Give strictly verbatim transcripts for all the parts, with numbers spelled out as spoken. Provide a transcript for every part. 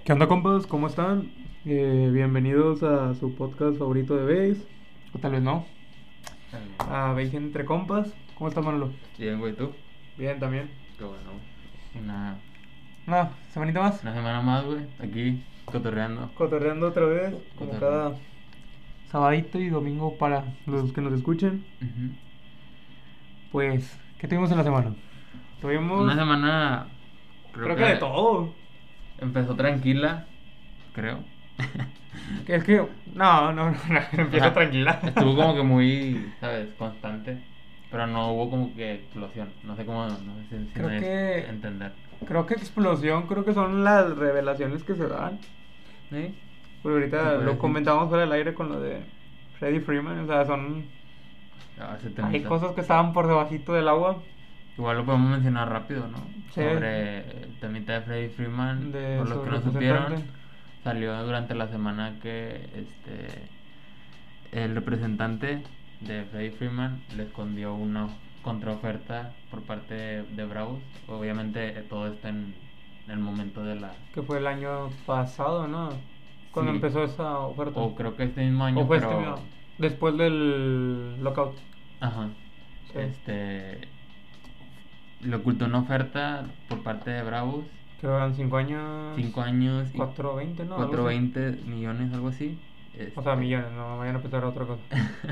¿Qué onda, compas? ¿Cómo están? Eh, bienvenidos a su podcast favorito de Base, o tal vez no, a Base entre compas. ¿Cómo está, Manolo? Bien, güey, ¿tú? Bien, también. Qué bueno. Una, Una semanita más, una semana más, güey, aquí, cotorreando. cotorreando otra vez, como Cotorreando. cada sabadito y domingo para los que nos escuchen. Ujú. Pues, ¿qué tuvimos en la semana? Tuvimos, Una semana, creo, creo que de todo. empezó tranquila, creo. Que es que, no, no, no, no, O empiezo sea, tranquila. estuvo como que muy, ¿sabes? Constante. Pero no hubo como que explosión. No sé cómo, no sé si, si Creo me des que, a entender. creo que explosión, creo que son las revelaciones que se dan. ¿Sí? Pues ¿Qué ahorita puedes lo decir? comentamos fuera del aire con lo de Freddie Freeman, o sea, son... Ah, ese Hay temita. cosas que estaban por debajito del agua Igual lo podemos mencionar rápido, ¿no? Sí. Sobre el temita de Freddie Freeman. de Por los su que no supieron, representante. salió durante la semana que este el representante de Freddie Freeman le escondió una contraoferta por parte de, de Bravos. Obviamente eh, todo está en, en el momento de la... Que fue el año pasado, ¿no? Cuando Sí, empezó esa oferta. o creo que este mismo O año, fue este pero... mismo, después del lockout. Ajá. Sí. Este... Le ocultó una oferta por parte de Bravos. Creo que eran cinco años. Cinco años y cuatrocientos veinte, ¿no? Algo así. cuatrocientos veinte millones, algo así. O sea, Este, millones, no vayan a pensar otra cosa.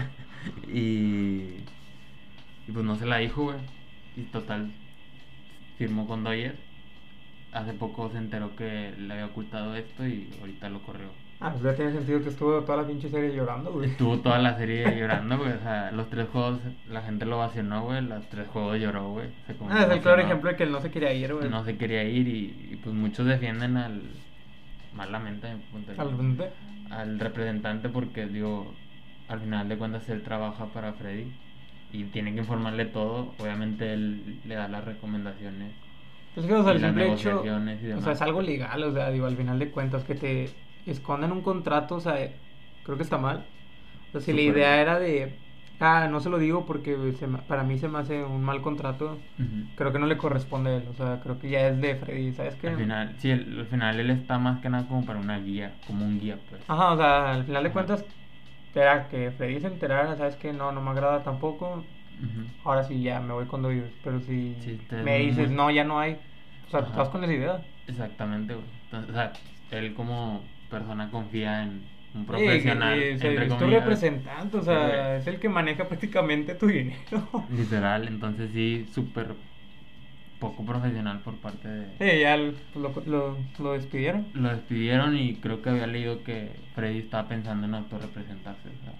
y, y pues no se la dijo, güey. Y total, firmó con Dodgers. Hace poco se enteró que le había ocultado esto y ahorita lo corrió. Ah, pues ya tiene sentido que estuvo toda la pinche serie llorando, güey. Estuvo toda la serie llorando, güey. O sea, los tres juegos la gente lo vacionó, güey. Los tres juegos lloró, güey. Se como Ah, es el claro emocionó. ejemplo de que él no se quería ir, güey. No se quería ir y, y pues muchos defienden al... Malamente, a mi punto de Al vista, frente. al representante porque, digo, al final de cuentas él trabaja para Freddy y tiene que informarle todo. Obviamente él le da las recomendaciones Es que, o sea, y el las simple hecho, negociaciones y o demás. sea, es algo legal, o sea, digo, al final de cuentas, que te escondan un contrato, o sea, creo que está mal. O sea, si la Súper idea mal. era de, ah, no se lo digo porque se me- para mí se me hace un mal contrato, Ujú. creo que no le corresponde a él, o sea, creo que ya es de Freddy, ¿sabes qué? Al final, sí, el- al final él está más que nada como para una guía, como un guía, pues. Ajá, o sea, al final de Ajá. cuentas, era que Freddy se enterara, ¿sabes qué? No, no me agrada tampoco, Ujú. ahora sí ya me voy con Dodgers, pero si Sí, te- me dices, muy- no, ya no hay, o sea, Ajá. estás con esa idea. Exactamente, güey. Entonces, o sea, él como persona confía en un Sí, profesional, que, eh, se- entre es tu comillas. representante, o Sí, sea, güey. es el que maneja prácticamente tu dinero. Literal, entonces sí, súper poco profesional por parte de... Sí, ya lo, lo, lo despidieron. Lo despidieron y creo que había leído que Freddy estaba pensando en autorrepresentarse, o sea,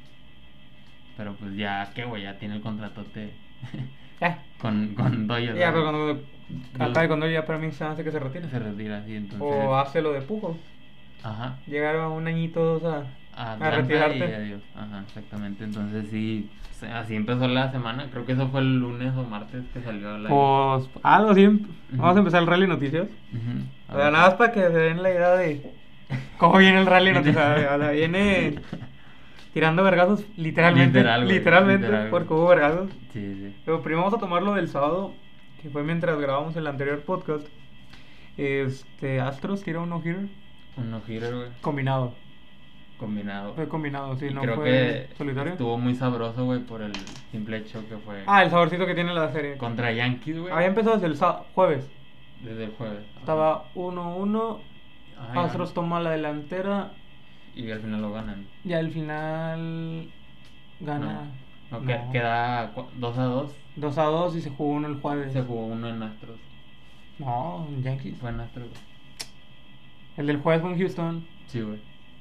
pero pues ya, ¿qué güey? Ya tiene el contratote Ya, con, con Dodgers, ya, pero ¿sabes? cuando acabe con él, ya para mí se hace que se retire. Se retira así, entonces... O hace lo de Pujols. Ajá. Llegar a un añito dos a, A a Atlanta y retirarte. adiós. Ajá, exactamente. Entonces sí, se- así empezó la semana. Creo que eso fue el lunes o martes que salió al aire. Pues algo así. Vamos Ujú. a empezar el rally noticias. Ujú. A O sea, ver. nada más para que se den la idea de cómo viene el rally noticias. O sea, viene tirando vergazos, literalmente. Literal, güey, literalmente, literal, güey. porque hubo vergazos. Sí, sí. Pero primero vamos a tomar lo del sábado, que fue mientras grabamos el anterior podcast. Este, Astros tiró un no-hitter Un no-hitter, güey. combinado. Combinado. Fue combinado, sí, Y no creo fue que solitario. estuvo muy sabroso, güey, por el simple hecho que fue Ah, el saborcito que tiene la serie. contra Yankees, güey. Había empezado desde el sá- jueves. Desde el jueves. Ajá. Estaba uno uno. Ajá, Astros toma la delantera. y al final lo ganan. Y al final gana. No, no, que- No. queda dos a dos. dos a dos y se jugó uno el jueves. Se jugó uno en Astros. No, en Yankees. Fue en Astros, güey. El del jueves fue en Houston. Sí, güey.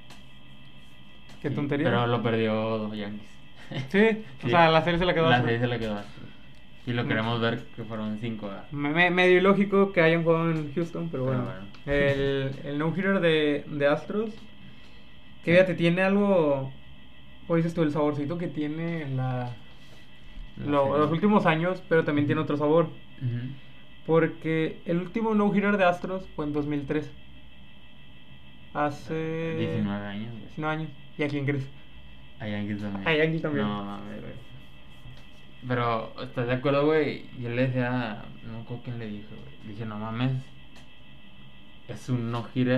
Qué Sí, tontería. Pero lo perdió Yankees. Sí, o Sí. sea, la serie se la quedó La Astros. serie se la quedó Astros. Y lo Mm. queremos ver que fueron cinco, ¿verdad? Me- me- medio ilógico que hayan jugado en Houston, pero Pero bueno. bueno. El, el no-hitter de, de Astros, que Sí. fíjate, tiene algo, o dices tú, el saborcito que tiene la, La lo- serie. los últimos años, pero también tiene otro sabor. Ujú. Porque el último no-hitter de Astros fue en dos mil tres. Hace diecinueve años, güey. diecinueve años. ¿Y a quién crees? A Yankees también. A Yankees también. No mames, güey. Pero, ¿estás de acuerdo, güey? Yo le decía, no me acuerdo quién le dije, güey. Dije, no mames. Es un no-hitter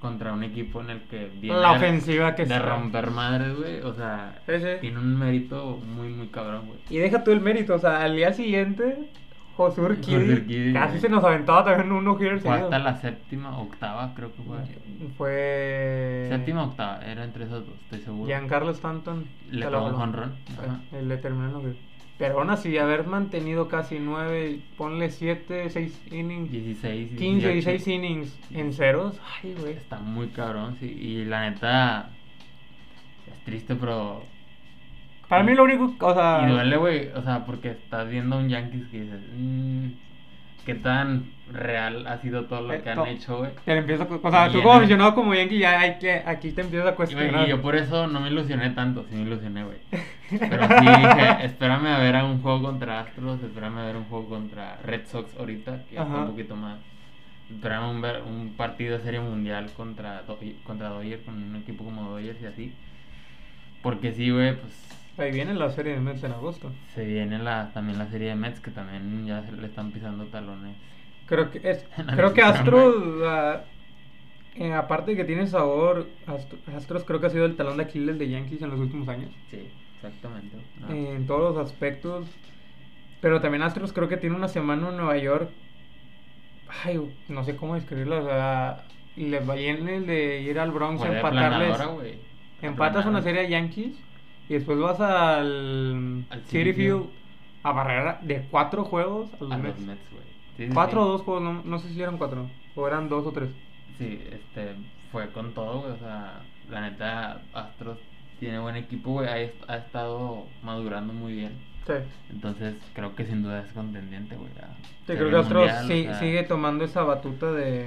contra un equipo en el que viene La ofensiva que de está. romper madres, güey. O sea, Sí, sí. tiene un mérito muy, muy cabrón, güey. Y deja tú el mérito, o sea, al día siguiente, Josur Josur Kidi Kidi, casi güey. se nos aventaba también uno hitter Fue seguido. hasta la séptima, octava, creo que fue. Fue. Séptima, octava, era entre esos dos, estoy seguro. Giancarlo Stanton. Le se pegó lo un voló. jonrón. Ajá. Eh, Le terminó en lo Pero aún así, haber mantenido casi nueve, ponle siete, seis innings, dieciséis, quince, dieciocho. dieciséis innings en ceros. Ay, güey. Está muy cabrón, sí. Y la neta, es triste, pero. Para mí lo único, o sea. Y duele, güey, o sea, porque estás viendo a un Yankees que dices, mmm, qué tan real ha sido todo lo Eh, que han to- hecho, güey. Te empiezo, a- o sea, Y tú en como el- aficionado como Yankee, ya hay que, aquí te empiezas a Y, güey, cuestionar. y yo por eso no me ilusioné tanto, sí me ilusioné, güey. Pero sí dije, espérame a ver a un juego contra Astros, espérame a ver un juego contra Red Sox ahorita, que está Ajá. un poquito más. Espérame un, ver, un partido de serie mundial contra, Dodge- contra Dodgers, con un equipo como Dodgers y así. Porque sí, güey, pues Ahí viene la serie de Mets en agosto. se viene la, también la serie de Mets, que también ya se le están pisando talones. Creo que es, En la creo que decisión, Astros, ah, eh, aparte de que tiene sabor, Astros, Astros creo que ha sido el talón de Aquiles de Yankees en los últimos años. Sí, exactamente. No. En todos los aspectos. Pero también Astros creo que tiene una semana en Nueva York. Ay, no sé cómo describirlo. O sea, le viene el de ir al Bronx a Fue de empatarles. aplanadora, güey. Empatas Aplanada. una serie a Yankees y después vas al, Al City Citi Field Field. a barrer de cuatro juegos a los A Mets. los Mets, güey. Sí, sí, Cuatro sí. o dos juegos, no, no sé si eran cuatro o eran dos o tres. Sí, este, fue con todo, güey, o sea, la neta, Astros tiene buen equipo, güey, ha, est- ha estado madurando muy bien, Sí. entonces creo que sin duda es contendiente, güey. a Sí, Serie creo que Astros Mundial, o sí- sea, sigue tomando esa batuta de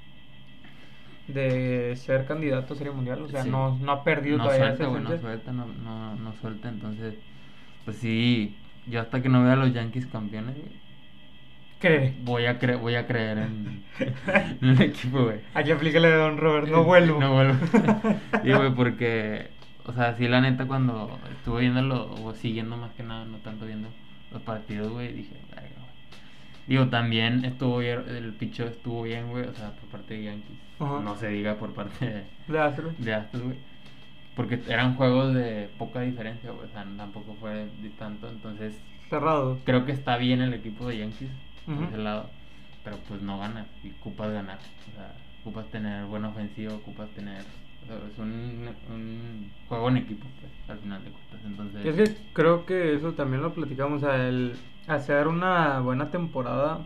de ser candidato a Serie Mundial, o sea, sí. no, no ha perdido no todavía suelta, esa güey, no esencia. suelta, no, no, no suelta, entonces, pues sí, yo hasta que no vea a los Yankees campeones, güey, ¿Qué? voy a, cre voy a creer en, en el equipo, güey. Aquí aplícale de Don Robert, no vuelvo. No vuelvo. Sí, güey, porque, o sea, sí, la neta, cuando estuve viéndolo, o siguiendo más que nada, no tanto viendo los partidos, güey, dije, verga, güey. Digo, también estuvo bien, el picheo estuvo bien, güey, o sea, por parte de Yankees. Ajá. No se diga por parte de, De Astros. de Astros, güey. Porque eran juegos de poca diferencia, güey, o sea, tampoco fue de tanto, entonces Cerrado. creo que está bien el equipo de Yankees por Ujú. ese lado, pero pues no ganas y ocupas ganar, o sea, ocupas tener buena ofensiva, ocupas tener, o sea, es un, un juego en equipo, pues, al final de cuentas, entonces. Y es que creo que eso también lo platicamos, o sea, el hacer una buena temporada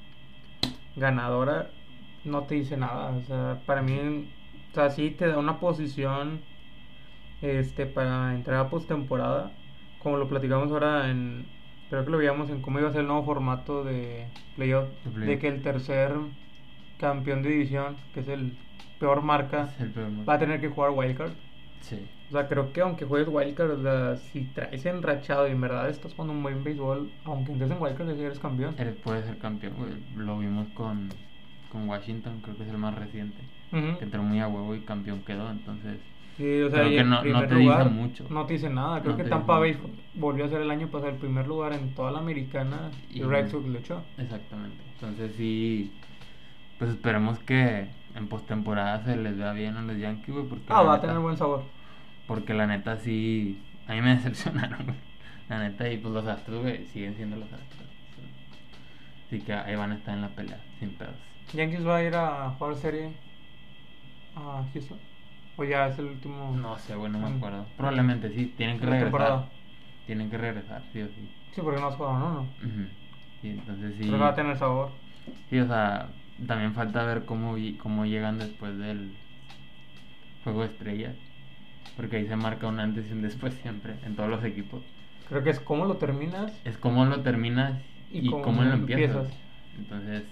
ganadora no te dice nada, o sea, para mí, o sea, sí te da una posición este para entrar a postemporada, como lo platicamos ahora en, creo que lo veíamos en cómo iba a ser el nuevo formato de playoff, De playoff. de que el tercer campeón de división, que es el peor marca, Es el peor marca. va a tener que jugar wildcard. Sí. O sea, creo que aunque juegues wildcard, o sea, si traes enrachado y en verdad estás jugando un buen béisbol, aunque entres en wildcard, si eres campeón. Eres, puede ser campeón, güey. Lo vimos con, con Washington, creo que es el más reciente. Ujú. Que entró muy a huevo y campeón quedó, entonces. Sí, o sea, creo y que en no- no primer te dice lugar, mucho. No te dice nada. Creo No que te Tampa Bay dice mucho. volvió a ser el año pasado el primer lugar en toda la americana y, Y- Red Sox le echó. Exactamente. Entonces sí, pues esperemos que en postemporada se les vea bien a los Yankees, güey, porque Ah, la va a neta- tener buen sabor. Porque la neta sí, a mí me decepcionaron, güey. La neta, y pues los Astros, güey, siguen siendo los Astros. Así que ahí van a estar en la pelea, sin pedos. Yankees va a ir a jugar serie a Houston. O ya es el último. No sé, güey, no me Mm. acuerdo. Probablemente sí, tienen que La regresar. temporada. Tienen que regresar, sí o sí. Sí, porque no has jugado, no, no. Ujú. Y entonces sí. Pero va a tener sabor. Sí, o sea, también falta ver cómo, ll- cómo llegan después del juego de estrellas. Porque ahí se marca un antes y un después siempre, en todos los equipos. Creo que es cómo lo terminas. Es cómo lo terminas Y y, cómo cómo, lo empiezas. empiezas. Entonces,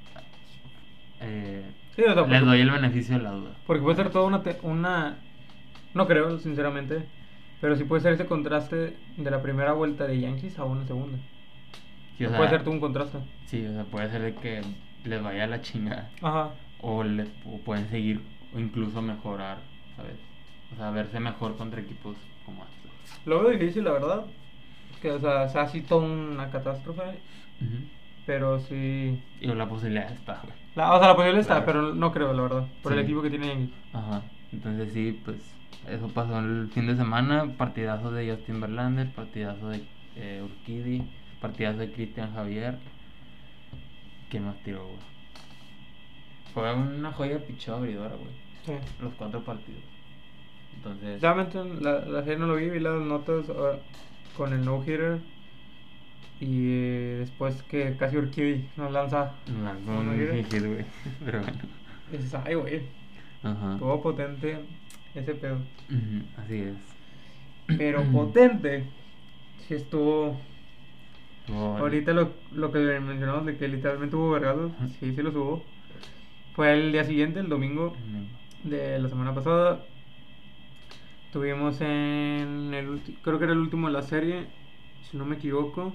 eh, Sí, o sea, les porque- doy el beneficio de la duda. Porque puede ser toda una, te- una... No creo, sinceramente. Pero sí puede ser ese contraste de la primera vuelta de Yankees a una segunda. Sí, o sea, puede ser todo un contraste. sí, o sea, puede ser de que les vaya a la chingada. Ajá. O, les, o pueden seguir o incluso mejorar, ¿sabes? O sea, verse mejor contra equipos como estos. Lo veo difícil, la verdad. Que, o sea, sea así toda una catástrofe. Ujú. Pero sí... Y la posibilidad está, güey. La, o sea, la posible está, Claro. pero no creo, la verdad. Por el Sí. equipo que tiene Yankees. Ajá. Entonces sí, pues eso pasó el fin de semana. Partidazo de Justin Verlander, partidazo de eh, Urquidy, partidazo de Cristian Javier. ¿Quién más tiró, güey? Fue una joya de picheo abridora, güey. Sí. Los cuatro partidos. Entonces, Realmente la, la serie no lo vi, vi las notas ah, con el no-hitter. Y eh, después que casi Urquidy nos lanza no lanzó un un no-hitter. hit, güey. Pero bueno. Dices, ay, güey, Ajá. todo potente ese pedo. Ujú, así es. Pero potente, sí estuvo. Gol. Ahorita lo, lo que mencionamos de que literalmente hubo vergazos, sí, sí los hubo. Fue el día siguiente, el domingo Ujú. de la semana pasada. Tuvimos en el ulti- creo que era el último de la serie, si no me equivoco.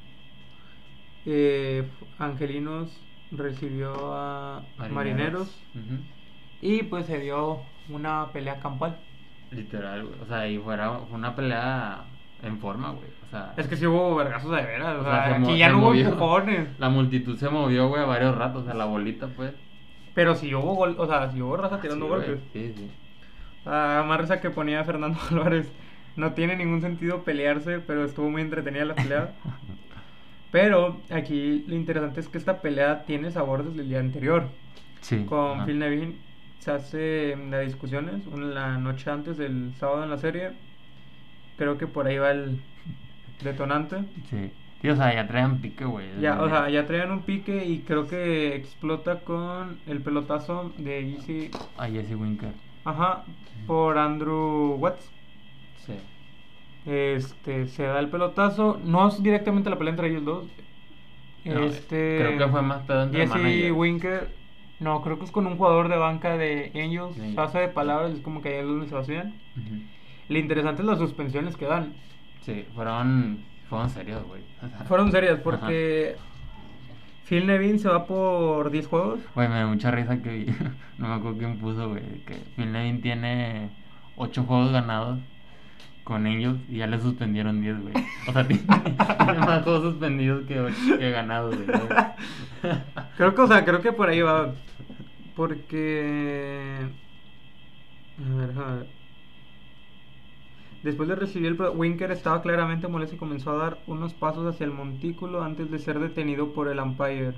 Eh, Angelinos recibió a Marineros. Ujú. Y pues se dio una pelea campal. Literal, güey. O sea, y fuera fue una pelea en forma, güey. O sea, Es que sí hubo vergazos de veras. O, o sea, sea, se mo- aquí ya se no hubo movió. empujones. La multitud se movió, güey, a varios ratos. O sea, la bolita, pues. Pero sí hubo gol, o sea, sí hubo raza tirando Sí, güey. golpes. Sí, sí. Ah, más risa que ponía Fernando Álvarez. No tiene ningún sentido pelearse, pero estuvo muy entretenida la pelea. Pero aquí lo interesante es que esta pelea tiene sabor desde el día anterior. Sí. Con Ajá. Phil Nevin se hace las discusiones una la noche antes del sábado en la serie. Creo que por ahí va el detonante. Sí. Sí, o sea, ya traían pique, güey. desde Ya, o el sea, día. ya traían un pique y creo que explota con el pelotazo de Easy, A Jesse Winker. ajá, por Andrew Watts. Sí. Este, se da el pelotazo, no es directamente la pelea entre ellos dos. No, este, creo que fue más pedo entre Jesse managers. Winker, no, creo que es con un jugador de banca de Angels, Sí. se hace de palabras, es como que ahí es donde se vacían. Ujú. Lo interesante es las suspensiones que dan. Sí, fueron, fueron serios, güey. O sea, Fueron serias porque Phil Nevin se va por diez juegos. güey, me da mucha risa que vi. No me acuerdo quién puso, güey. Que Phil Nevin tiene ocho juegos ganados con ellos y ya le suspendieron diez, güey. O sea, tiene, tiene más juegos suspendidos que, ocho- que ganados, güey. Creo que, o sea, creo que por ahí va. Porque. A ver, a ver. Después de recibir el. pro- Winker estaba claramente molesto y comenzó a dar unos pasos hacia el montículo antes de ser detenido por el umpire.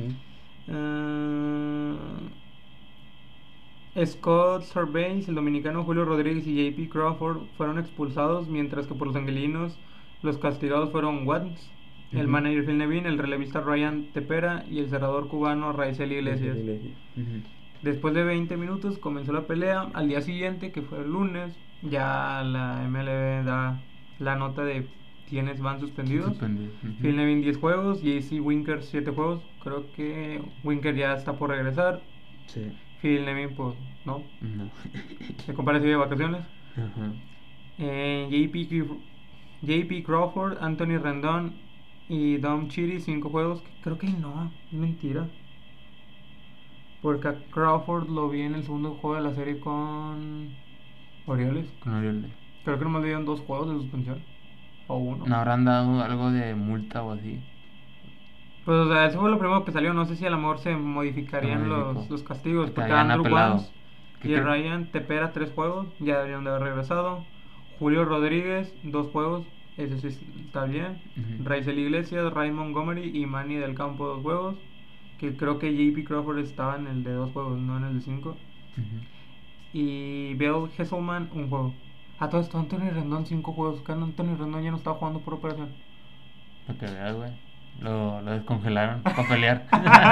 Eh, Scott Sarbanes, el dominicano Julio Rodríguez y J P Crawford fueron expulsados, mientras que por los angelinos los castigados fueron Watts, el Ujú. manager Phil Nevin, el relevista Ryan Tepera y el cerrador cubano Raisel Iglesias. Ujú. Después de veinte minutos comenzó la pelea. Al día siguiente, que fue el lunes, ya la M L B da la nota de quienes van suspendidos. Suspendido. Ujú. Phil Nevin diez juegos, J C Winker siete juegos. Creo que Winker ya está por regresar. Sí. Phil Nevin, pues no. No. Se compara sigue de vacaciones. Ajá. Eh, J P Craw- J P Crawford, Anthony Rendon y Dom Chiri cinco juegos. Creo que no, es mentira. Porque a Crawford lo vi en el segundo juego de la serie con Orioles. Con Orioles. Creo que nomás le dieron dos juegos de suspensión. O uno. ¿No habrán dado algo de multa o así? Pues o sea, eso fue lo primero que salió. No sé si a lo mejor se modificarían Se modificó. los, los castigos. Que Porque habían Andrew apelado. Wans ¿Qué y cre- Ryan Tepera tres juegos. Ya deberían de haber regresado. Julio Rodríguez dos juegos. Ese sí está bien. Ujú. Raisel Iglesias, Ray Montgomery y Manny del Campo dos juegos. Que creo que J P Crawford estaba en el de dos juegos, no en el de cinco. Ujú. Y Bill Hesselman un juego. A todo esto, Anthony Rendón cinco juegos. Que Anthony Rendón ya no estaba jugando por operación. Para que veas, güey. Lo, lo descongelaron para pelear.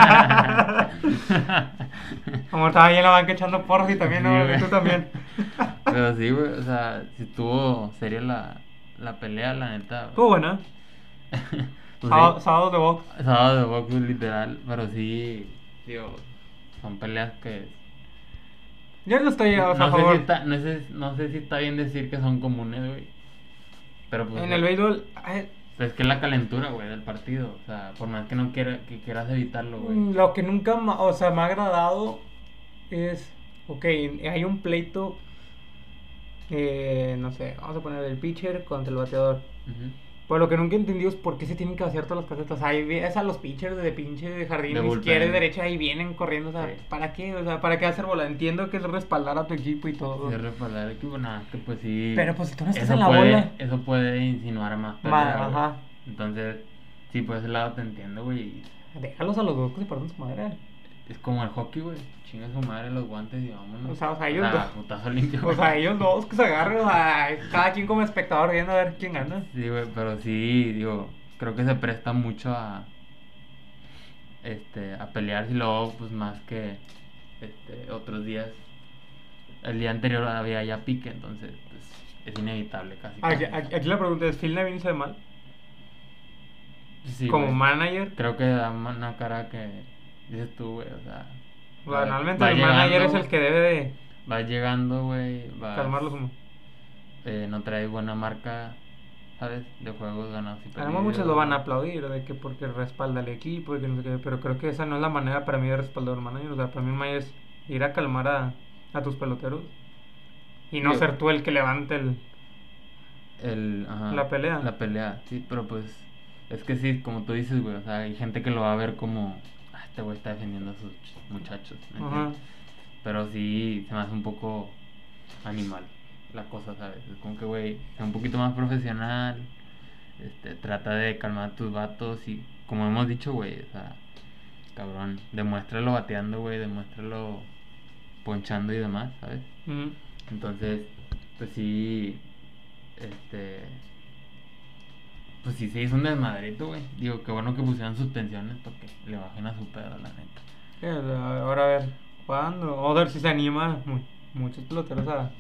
Como estaba ahí en la banca echando porras y también, Sí, ¿no? güey. Tú también. Pero sí, güey. O sea, si estuvo seria la, la pelea, la neta. Estuvo buena. Pues Sábado, sí, sábado de box. sábado de box literal. Pero sí, tío, son peleas que. Yo no estoy o sea, a No sé, favor. si está, no, sé, no sé si está bien decir que son comunes, güey. Pero pues. En el béisbol. ay, Es que es la calentura, güey, del partido. O sea, por más que no quiera, que quieras evitarlo, güey. mm, Lo que nunca ma- o sea, me ha agradado es. Ok, hay un pleito. Eh, no sé, vamos a poner el pitcher contra el bateador. Ujú. Pues lo que nunca he entendido es por qué se tienen que vaciar todas las casetas. Ahí ves a los pitchers de pinche jardín De bullpen. izquierda y derecha ahí vienen corriendo. O sea, Sí. ¿para qué? O sea, ¿para qué hacer bola? Entiendo que es respaldar a tu equipo y todo. Sí, respaldar el equipo, nada, que pues sí. Pero pues si tú no estás eso en la puede, bola. Eso puede insinuar más Ma- pelea, güey. ajá. Entonces, sí, por ese lado te entiendo, güey. Déjalos a los dos que se partan su madre. Es como el hockey, güey. Chinga su madre los guantes y vámonos. O sea, o sea, ellos dos. Putazo limpio. O sea, ellos dos que se agarren, o sea, cada quien como espectador viendo a ver quién gana. Sí, güey, pero sí, digo, creo que se presta mucho a este a pelear y luego pues más que este otros días. El día anterior había ya pique, entonces pues es inevitable casi. Aquí, casi. aquí, aquí la pregunta es, ¿Phil Nevin se ve mal? Sí, Como güey. manager. Creo que da una cara que dices tú, güey, o sea, O sea, va- normalmente va el manager llegando, es el que debe de va llegando, güey, va calmar los humos. eh, no trae buena marca, ¿sabes? De juegos ganados y perdidos. Además muchos lo van a aplaudir de que porque respalda al equipo y que no sé qué, pero creo que esa no es la manera para mí de respaldar al manager. O sea, para mí el manager es ir a calmar a, a tus peloteros y no Sí. ser tú el que levante el... El, ajá, La pelea. La pelea, sí, pero pues es que sí, como tú dices, güey, o sea, hay gente que lo va a ver como, ah, este güey está defendiendo a sus ch- muchachos, ¿me Ajá. entiendes? Pero sí, se me hace un poco animal la cosa, ¿sabes? Es como que, güey, sea un poquito más profesional, este, trata de calmar a tus vatos y, como hemos dicho, güey, o sea, cabrón, demuéstralo bateando, güey, demuéstralo ponchando y demás, ¿sabes? Ujú. Entonces, pues sí, este, pues sí se hizo un desmadrito, güey. Digo, qué bueno que pusieran suspensiones para que le bajen a su pedo, la neta. Sí, o sea, ahora a ver, ¿cuándo? O a ver si se anima mu- muchos peloteros a,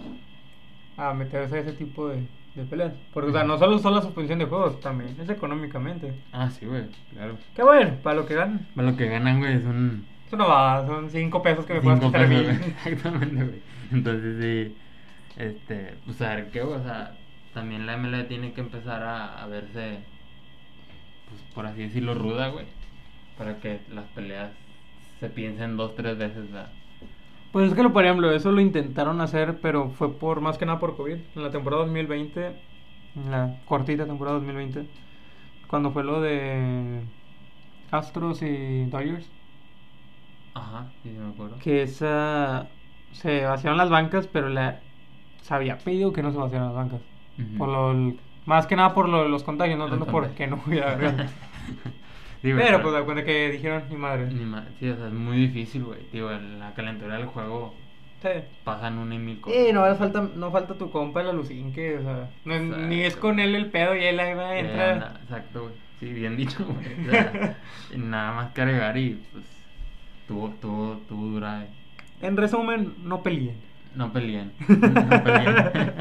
a meterse a ese tipo de, de peleas. Porque, o sea, no solo son la suspensión de juegos, también es económicamente. Ah, sí, güey, claro. Qué bueno, para lo que ganan. Para lo que ganan, güey, es un... Eso no va, son cinco pesos que me puedes cinco quitar a mí. pesos, güey. Exactamente, güey. Entonces, sí, este, pues a ver qué, güey, o sea, también la M L B tiene que empezar a, a verse, pues por así decirlo, ruda, güey. Para que las peleas se piensen dos, tres veces, ¿verdad? Pues es que, por ejemplo, eso lo intentaron hacer, pero fue por más que nada por COVID. En la temporada dos mil veinte, en la cortita temporada dos mil veinte, cuando fue lo de Astros y Dodgers, Ajá, sí, sí me acuerdo. que esa se vaciaron las bancas, pero la, se había pedido que no se vaciaran las bancas. Ujú. Por lo, más que nada por lo de los contagios, no Los tanto contagios. porque no hubiera ganas. Sí, güey, Pero pues da cuenta que dijeron, mi madre. Ni ma- sí, o sea, es muy difícil, güey. Digo, en la calentura del juego Sí. pasan una y mil cosas. Eh, no hace falta, no falta tu compa el alucín que, o sea, no es- ni es Exacto. con él el pedo y él ahí va, Eh, entra. anda, exacto, güey. Sí, bien dicho, güey. O sea, y nada más que agregar y pues tuvo, tuvo, tuvo dura. eh. En resumen, no peleen. No peleen. No peleen.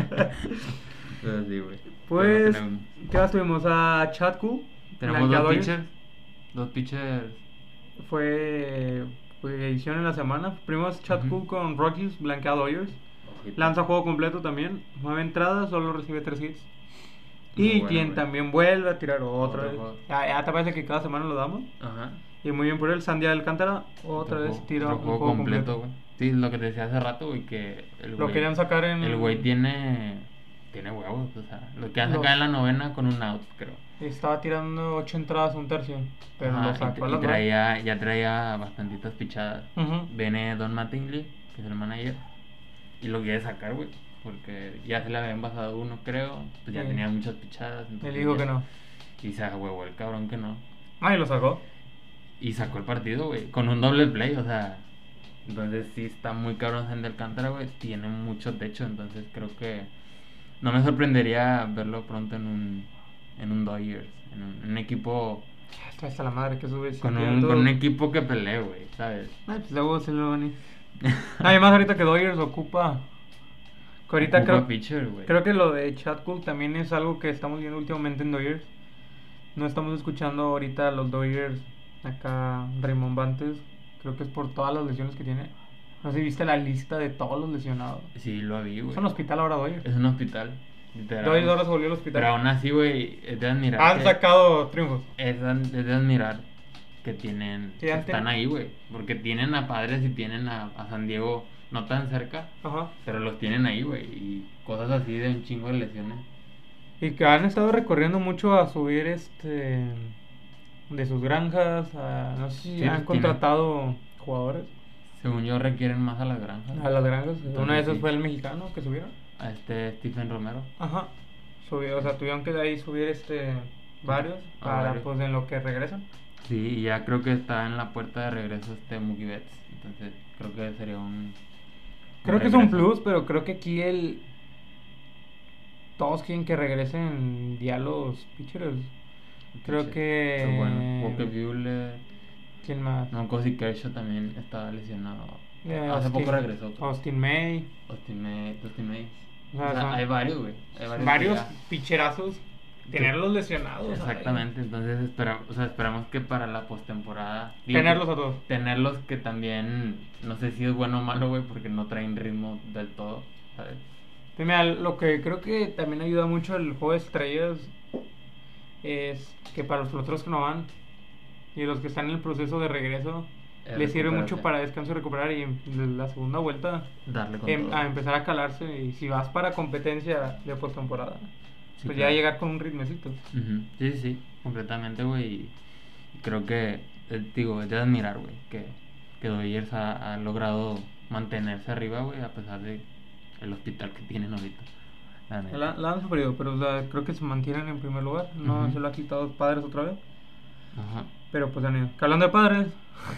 Pero sí, güey. Pues, Pero tenemos, ¿qué más tuvimos? A Chatku. tenemos dos pitchers. Dos pitchers. Fue, fue edición en la semana. Primero es Chatku Ujú. con Rockies, blanquea Dodgers. Ojito. Lanza juego completo también. Nueve entradas, solo recibe tres hits. Muy Y bueno, quien güey. también vuelve a tirar otra Otro vez. juego. Ya, ya te parece que cada semana lo damos. Ajá. Y muy bien por él, Sandy Alcántara. Otra Otro vez juego- tira otro un juego juego completo, completo. güey. Sí, lo que te decía hace rato, güey, que el Lo güey... querían sacar en. El güey tiene... Tiene huevos, o sea, lo que hace Los- acá en la novena con un out, creo. Estaba tirando ocho entradas, un tercio. Pero Ajá, lo y, sacó a y las nueve. traía, ya traía bastantitas pichadas. Ujú. Viene Don Mattingly, que es el manager, y lo quiere sacar, güey. Porque ya se le habían pasado uno, creo. Pues ya Sí. tenía muchas pichadas. entonces Él dijo ya- que no. Y se huevó el cabrón que no. Ah, y lo sacó. Y sacó el partido, güey, con un doble play, o sea. Entonces sí está muy cabrón Sandy Alcántara, güey. Tiene mucho techo, entonces creo que no me sorprendería verlo pronto en un en un Dodgers, en un, en un equipo Está hasta la madre que sube. con sí, un, todo. con un equipo que pelee, güey, ¿sabes? Ay, pues luego se lo van a ir. Además, ahorita que Dodgers ocupa. Que ahorita Ocupa creo, pitcher, güey. creo que lo de Chad Cool también es algo que estamos viendo últimamente en Dodgers. No estamos escuchando ahorita a los Dodgers acá rimbombantes. Creo que es por todas las lesiones que tiene. No sé si viste la lista de todos los lesionados. Sí, lo vi, güey. Es un hospital ahora Dodgers. Es un hospital. literal. Dodgers ahora se volvió el hospital. Pero aún así, güey, es de admirar. Han que- sacado triunfos. Es, de- es de admirar que tienen. Sí, que han están ten- ahí, güey. Porque tienen a Padres y tienen a, a San Diego no tan cerca. Ajá. Pero los tienen ahí, güey. Y cosas así de un chingo de lesiones. Y que han estado recorriendo mucho a subir este de sus granjas, a- no sé si Sí, han pues tiene- contratado jugadores Según yo, requieren más a las granjas. a las granjas. Entonces, Una de esas sí. fue el mexicano que subieron. A este Stephen Romero. Ajá. Subió, o sea, tuvieron que de ahí subir este varios A para varios. pues en lo que regresan. Sí, y ya creo que está en la puerta de regreso este Mookie Betts. Entonces, creo que sería un. Creo que es un regreso. plus, pero creo que aquí el todos quieren que regresen ya los pitchers. Creo Sí, que pero bueno, Walker Buehler. ¿quién más? No, Cosi Kershaw también estaba lesionado. Eh, Hace Austin- poco regresó. creo. Austin May. Austin May. Austin May. O sea, O sea, son- hay varios, güey. Hay varios. Varios que ya- picherazos. Tenerlos lesionados. Exactamente, entonces espera, o sea, esperamos que para la postemporada ay, digo, tenerlos que- a todos. tenerlos que también, no sé si es bueno o malo, güey, porque no traen ritmo del todo, ¿sabes? Pues mira, lo que creo que también ayuda mucho el juego de estrellas es que para los peloteros que no van y los que están en el proceso de regreso, Eh, les sirve mucho recuperarse. para descanso y recuperar y en la segunda vuelta Darle con em- todo. a empezar a calarse. Y si vas para competencia de postemporada, Sí, pues claro. ya llegar con un ritmecito. Ujú. Sí, sí, sí, completamente, güey, y y creo que, eh, digo, es de admirar, güey, que, que Dodgers ha, ha logrado mantenerse arriba, güey, a pesar de el hospital que tienen ahorita, la neta. La, la han sufrido, pero o sea, creo que se mantienen en primer lugar. No Ujú. se lo ha quitado Padres otra vez. Ajá. Pero pues han ido. Que hablando de Padres.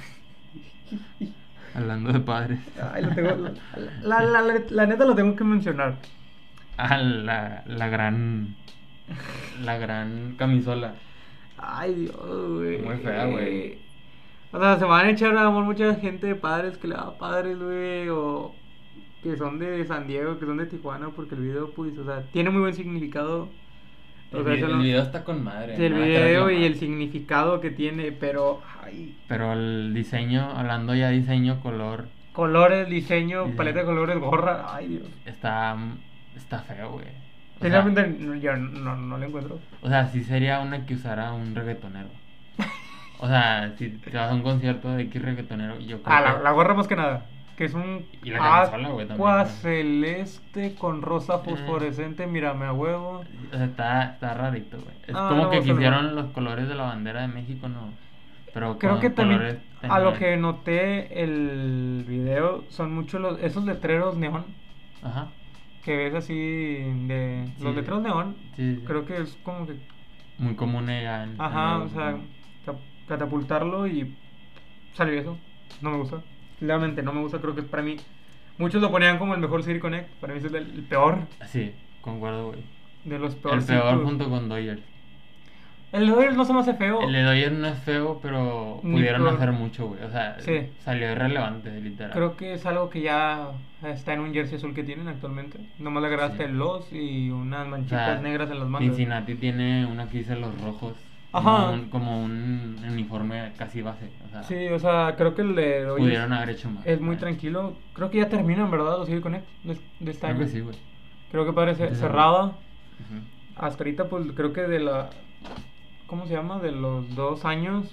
Hablando de padres. Ay, lo tengo, la, la, la, la neta lo tengo que mencionar. Ah, la, la gran. La gran camisola. Ay, Dios, güey. Muy fea, güey. O sea, se van a echar a amor mucha gente de Padres que le da Padres, güey. O que son de San Diego, que son de Tijuana. Porque el video, pues, o sea, tiene muy buen significado. O El, sea, vi- eso el no- video está con madre. Sí, el nada que video y reclamar. el significado que tiene, pero. Ay, Pero el diseño, hablando ya de diseño, color, colores, diseño, Diseño. paleta de colores, gorra. Ay, Dios. está, está feo, güey. O sea, Sinceramente, yo no, no lo encuentro. o sea, sí sería una que usara un reggaetonero. O sea, si te vas a un concierto de X reggaetonero, yo creo Ah, la, que... la gorra más que nada. Que es un Y la camisola, güey, también, agua ¿no? celeste con rosa fosforescente, mírame a huevo. O sea, está, está rarito, güey. Es Ah, como no, que se lo- quisieron los colores de la bandera de México, ¿no? Pero Creo con que también, colores a lo tenues. que noté el video, son muchos los, esos letreros neón Ajá. que ves así de... Sí. Los letreros neón, Sí, sí. creo que es como que... Muy común ya en... Ajá, en o los- sea, ca- catapultarlo y salió eso. No me gusta. Realmente no me gusta, creo que para mí... Muchos lo ponían como el mejor City Connect, para mí es el, el peor Sí, concuerdo, güey. de los El peores. peor junto con Dodgers. El de Dodgers no se me hace feo. El de Dodgers no es feo, pero Ni pudieron peor. hacer mucho, güey. O sea, Sí. salió irrelevante, literal. Creo que es algo que ya está en un jersey azul que tienen actualmente. Nomás le agregaste Sí. el los y unas O manchitas sea, negras en las mangas. Cincinnati tiene una que dice los rojos. Ajá. Como un, como un uniforme casi base. O sea, Sí, o sea, creo que el de Dodgers pudieron haber hecho más. es muy ¿sabes? tranquilo. Creo que ya terminan, ¿verdad? Los City Connect de, de este Creo año. que sí, güey. Creo que parece Sí. cerrada. Ujú. Hasta ahorita, pues creo que de la. ¿Cómo se llama? De los dos años.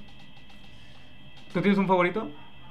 ¿Tú tienes un favorito?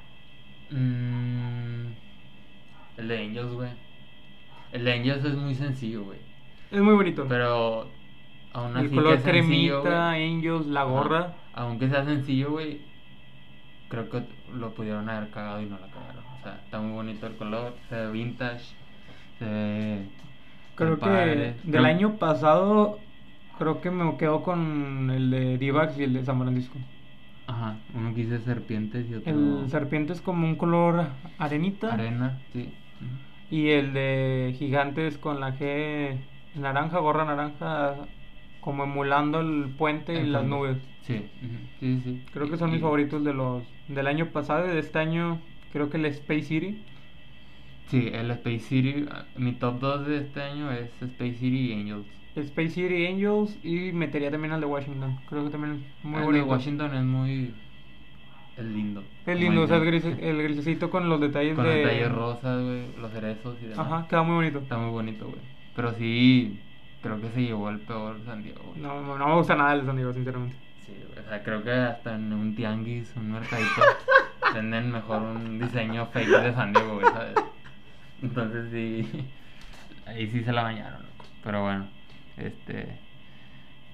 Mm, el de Angels, güey. El de Angels es muy sencillo, güey. Es muy bonito. Pero aún así el color que es sencillo, cremita, güey. Angels, la Ajá. gorra. Aunque sea sencillo, güey, creo que lo pudieron haber cagado y no la cagaron. O sea, está muy bonito el color, se ve vintage, se ve... Creo muy que padre. del Creo- año pasado, creo que me quedo con el de D-Backs y el de San Francisco. Ajá, uno que dice serpientes y otro... El serpiente es como un color arenita. Arena, sí. Y el de gigantes con la G naranja, gorra naranja, como emulando el puente El y las fondo. nubes. Sí, ujú, sí, sí. Creo que Y- son mis y- favoritos de los del año pasado y de este año. Creo que el Space City. Sí, el Space City, ah, mi top dos de este año es Space City y Angels. Space City Angels y metería también al de Washington. Creo que también es muy el bonito. de Washington es muy... es lindo. Es como lindo, o sea, el, dicen. gris, el grisecito con los detalles Con de... detalles rosas, güey, los cerezos y demás. Ajá, queda muy bonito. Está muy bonito, güey. Pero sí, creo que se llevó el peor San Diego, güey. No, no, no me gusta nada el de San Diego, sinceramente. Sí, güey. O sea, creo que hasta en un tianguis, un mercadito, venden mejor un diseño fake de San Diego, güey, ¿sabes? Entonces sí, ahí sí se la bañaron, loco. Pero bueno, este,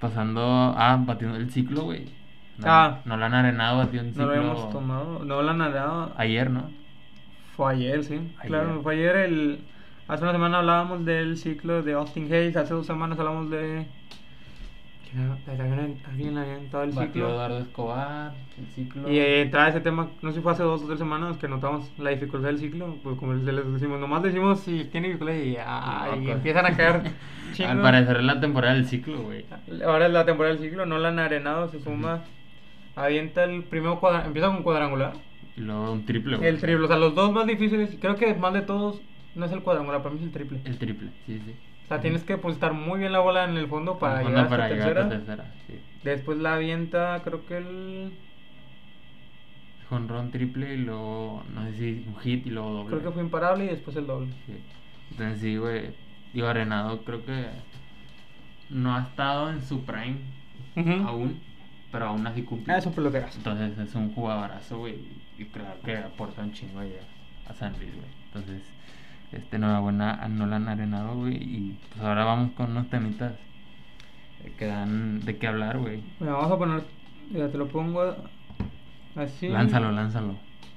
pasando a batiendo el ciclo, güey. No, Ah. no lo han arenado, batió un No ciclo. lo hemos tomado, no lo han nadado. Ayer, ¿no? Fue ayer, sí. Ayer. Claro, fue ayer el... Hace una semana hablábamos del ciclo de Austin Hayes, hace dos semanas hablamos de... ¿Quién era? ¿Alguien alguien había entrado el Batió ciclo? Eduardo Escobar, el ciclo. Y eh, entraba ese tema, no sé si fue hace dos o tres semanas que notamos la dificultad del ciclo, pues como les decimos, nomás decimos si tiene dificultad y, ah, y Loco. empiezan a caer chingos. Al parecer es la temporada del ciclo, güey. Ahora es la temporada del ciclo, no la han arenado, se suma, avienta el primero cuadrangular, empieza con cuadrangular. Y luego un triple, güey. El triple, o sea, los dos más difíciles, creo que más de todos no es el cuadrangular, para mí es el triple. El triple, sí, sí. O sea, tienes que depositar muy bien la bola en el fondo para El llegar fondo hasta para llegar tercera. hasta tercera, sí. Después la avienta, creo que el... Jonrón triple y luego, no sé si un hit y luego doble. Creo que fue imparable y después el doble. Sí. Entonces sí, güey. Digo, Arenado creo que no ha estado en su prime Ujú. aún, pero aún así cumple. Ah, es un peloterazo. Entonces es un jugadorazo, güey. Y creo que aporta un chingo ahí a, a San Luis, güey. Entonces, este, enhorabuena a Nolan Arenado, güey. Y pues ahora vamos con unos temitas que dan de qué hablar, güey. Bueno, vamos a poner, ya te lo pongo así. Lánzalo, lánzalo.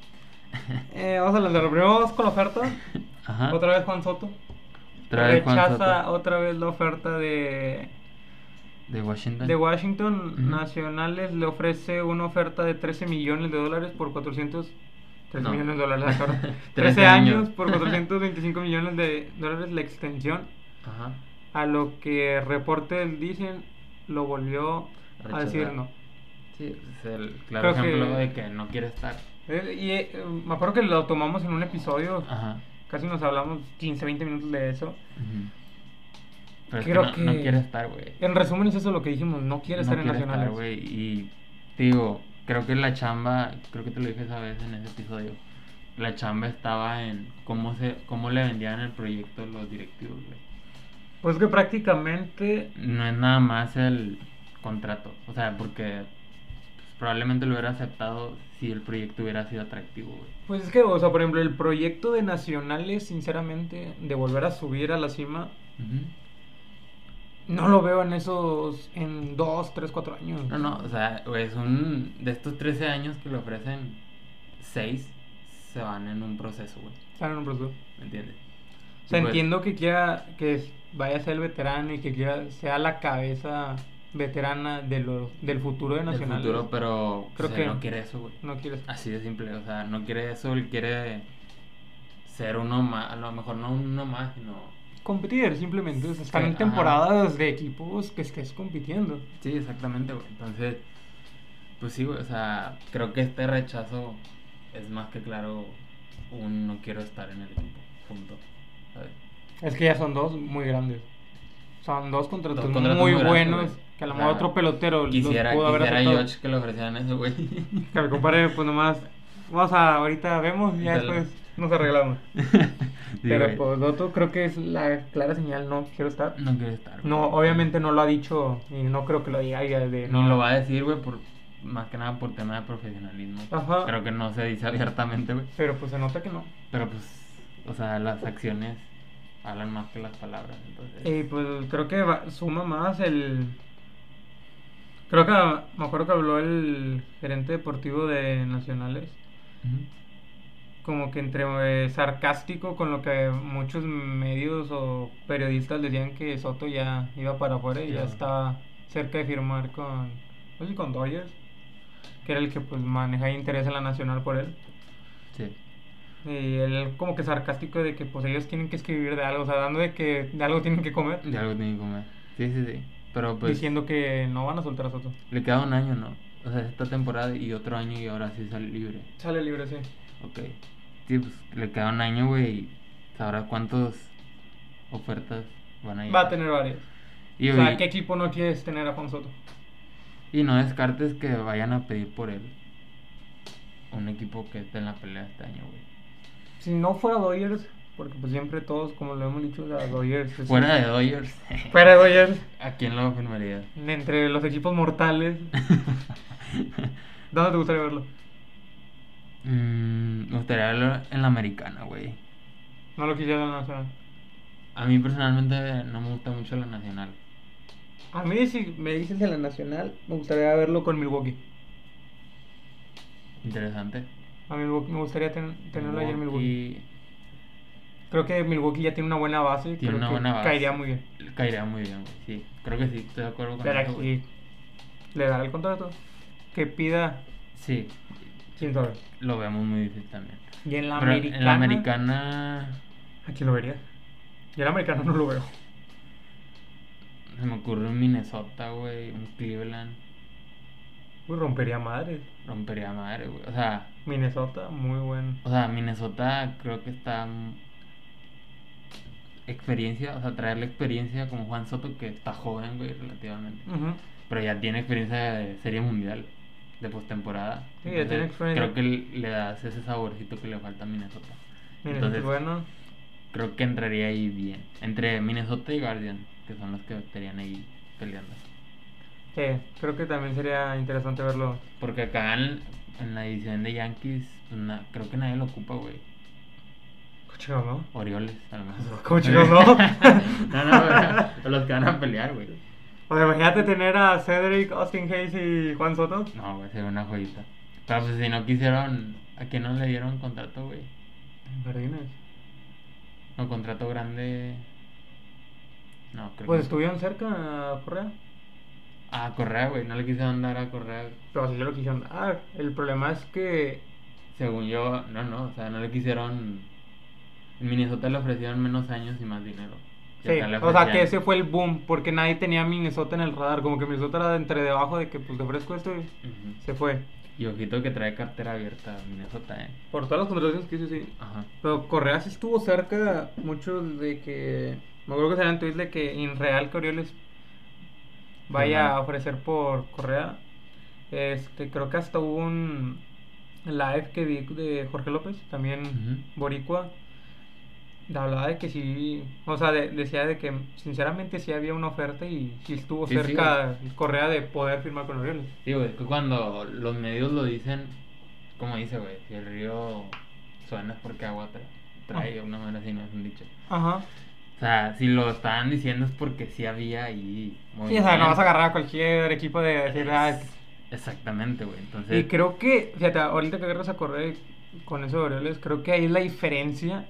Eh, vamos a lanzarlo. Primero vamos con la oferta. Ajá. Otra vez Juan Soto. Otra vez Juan Rechaza Soto. otra vez la oferta de, De Washington. de Washington. Ujú. Nacionales le ofrece una oferta de trece millones de dólares por cuatrocientos... trece No. millones de dólares, ah, cabrón. trece trece años años. por cuatrocientos veinticinco millones de dólares la extensión. Ajá. A lo que reportes dicen, lo volvió a Rechazar. decir no. Sí, es el claro Creo ejemplo que- de que no quiere estar. Eh, Y eh, me acuerdo que lo tomamos en un episodio, Ajá. casi nos hablamos quince, veinte minutos de eso. Ujú. Pero es Creo que no, que- no quiere estar, güey. En resumen es eso lo que dijimos, no quiere estar no en quiere Nacionales. estar, güey. Y te digo, creo que la chamba, creo que te lo dije esa vez en ese episodio. La chamba estaba en cómo se cómo le vendían el proyecto los directivos, güey. Pues que prácticamente, No es nada más el contrato, o sea, porque pues, probablemente lo hubiera aceptado si el proyecto hubiera sido atractivo, güey. pues es que, o sea, por ejemplo, el proyecto de Nacionales, sinceramente, de volver a subir a la cima, Ujú. no lo veo en esos, en dos, tres, cuatro años. No, no, o sea, güey, es un de estos trece años que le ofrecen, seis se van en un proceso, güey. Están en un proceso. ¿Me entiendes? O sea, Y pues, entiendo que quiera que es- vaya a ser el veterano y que quiera sea la cabeza veterana de lo, del futuro de del Nacionales. futuro, pero Creo pues, él que no quiere eso, güey. No quieres. Así de simple, o sea, no quiere eso, él quiere ser uno más, a lo mejor no uno más, sino... Competir, simplemente. O sea, están Sí, en ajá. temporadas de equipos que estés compitiendo. Sí, exactamente, güey. Entonces, pues sí, güey, o sea, creo que este rechazo es más que claro un no quiero estar en el equipo, punto, ¿sabes? Es que ya son dos muy grandes. Son dos contratos, Dos contratos muy muy grandes, buenos. güey. Que a lo O mejor sea, otro pelotero Quisiera, los pudo haber quisiera aceptado. George que le ofrecieran eso, güey. Que me compare, pues nomás. Vamos a, ahorita vemos y ya Dale. después nos arreglamos. Sí, Pero güey. pues Otto creo que es la clara señal, no quiero estar. No quiere estar, güey. No, obviamente no lo ha dicho y no creo que lo diga ya de Ni lo va a decir, güey, por más que nada por tema de profesionalismo. Ajá. Creo que no se dice abiertamente, güey. Pero pues se nota que no. Pero pues, o sea, las acciones hablan más que las palabras, entonces. Y pues creo que va- suma más el... Creo que me acuerdo que habló el gerente deportivo de Nacionales, Ujú. como que entre eh, sarcástico con lo que muchos medios o periodistas decían que Soto ya iba para afuera y ya Ya. estaba cerca de firmar con, no sé si con Dodgers, que era el que pues manejaba interés en la Nacional por él. Sí. Y él como que sarcástico de que pues ellos tienen que escribir de algo, o sea, dando de que de algo tienen que comer, De algo tiene que comer. Sí, sí, sí. Pero pues. diciendo que no van a soltar a Soto. Le queda un año, ¿no? O sea, esta temporada y otro año y ahora sí sale libre. Sale libre, sí. Ok. Sí, pues le queda un año, güey. Y sabrá cuántas ofertas van a Va llegar. a tener varias. Y, O sea, y- ¿qué equipo no quieres tener a Juan Soto? y no descartes que vayan a pedir por él un equipo que esté en la pelea este año, güey. Si no fuera Dodgers, porque pues siempre todos, como lo hemos dicho, o sea, Dodgers... es- Fuera de Dodgers. Fuera de Dodgers, ¿A quién lo firmarías? entre los equipos mortales, ¿dónde te gustaría verlo? Mm, me gustaría verlo en la americana, güey. No lo quisiera en la Nacional. A mí personalmente no me gusta mucho la nacional. A mí, si me dices en la nacional, me gustaría verlo con Milwaukee. Interesante. A Milwaukee me gustaría ten- tenerlo ahí en Milwaukee. Milwaukee Creo que Milwaukee ya tiene una buena base. tiene Creo una que buena base. caería muy bien. Caería muy bien, güey. Sí, creo que sí, estoy de acuerdo con Pero eso, güey. aquí le dará el contrato que pida, Sí, quién sabe. lo vemos muy difícil también. Y en la Pero americana. en la americana ¿A quién lo vería? Yo en la americana no lo veo. se me ocurre un Minnesota, güey, un Cleveland. Uy, rompería madres. Rompería madre, güey. O sea, Minnesota, muy buen. o sea, Minnesota creo que está mm, experiencia, o sea, traer la experiencia como Juan Soto, que está joven, güey, relativamente. Ujú. Pero ya tiene experiencia de serie mundial, de postemporada. Sí, ya tiene Entonces, experiencia. creo que le das ese saborcito que le falta a Minnesota. Minnesota Entonces, es bueno. creo que entraría ahí bien. Entre Minnesota y Guardian, que son los que estarían ahí peleando. Sí, creo que también sería interesante verlo. Porque acá en, en la división de Yankees, pues, na- creo que nadie lo ocupa, güey. ¿Cómo chingados, no? Orioles, a lo mejor. ¿Cómo chingados, no? no, no, pero los que van a pelear, güey. O sea, imagínate tener a Cedric, Austin Hayes y Juan Soto. No, güey, sería una joyita. Pero pues si no quisieron, ¿a quién no le dieron contrato, güey? Jardines. No, contrato grande. No, creo Pues que. estuvieron cerca a Correa. Ah, Correa, güey, no le quisieron dar a Correa. Pero así se lo quisieron dar. El problema es que. Según yo, no, no, o sea, no le quisieron. En Minnesota le ofrecieron menos años y más dinero. Y Sí, acá le o sea que ofrecían- ese fue el boom. Porque nadie tenía a Minnesota en el radar. Como que Minnesota era de entre debajo de que pues te ofrezco esto y Ujú. se fue. Y ojito que trae cartera abierta a Minnesota, eh. Por todas las contrataciones que hizo, sí. Ajá. Pero Correa sí estuvo cerca mucho de que. Me acuerdo que salían tweets de que en real que Orioles vaya Ajá. a ofrecer por Correa. Este, creo que hasta hubo un live que vi de Jorge López, también Ujú. boricua. Hablaba de que sí, o sea, de- decía de que sinceramente sí había una oferta y sí estuvo Sí, sí, cerca Correa de poder firmar con Orioles. Sí, güey, es que cuando los medios lo dicen, como dice, güey, si el río suena es porque agua tra- trae, Ah. una manera así, no es un dicho. Ajá. O sea, si lo estaban diciendo es porque sí había ahí Sí, o sea, no vas a movimiento. agarrar a cualquier equipo de decir, ah, Es- Exactamente, güey, entonces... y creo que, fíjate, ahorita que agarras a Correa con eso de Orioles, creo que ahí es la diferencia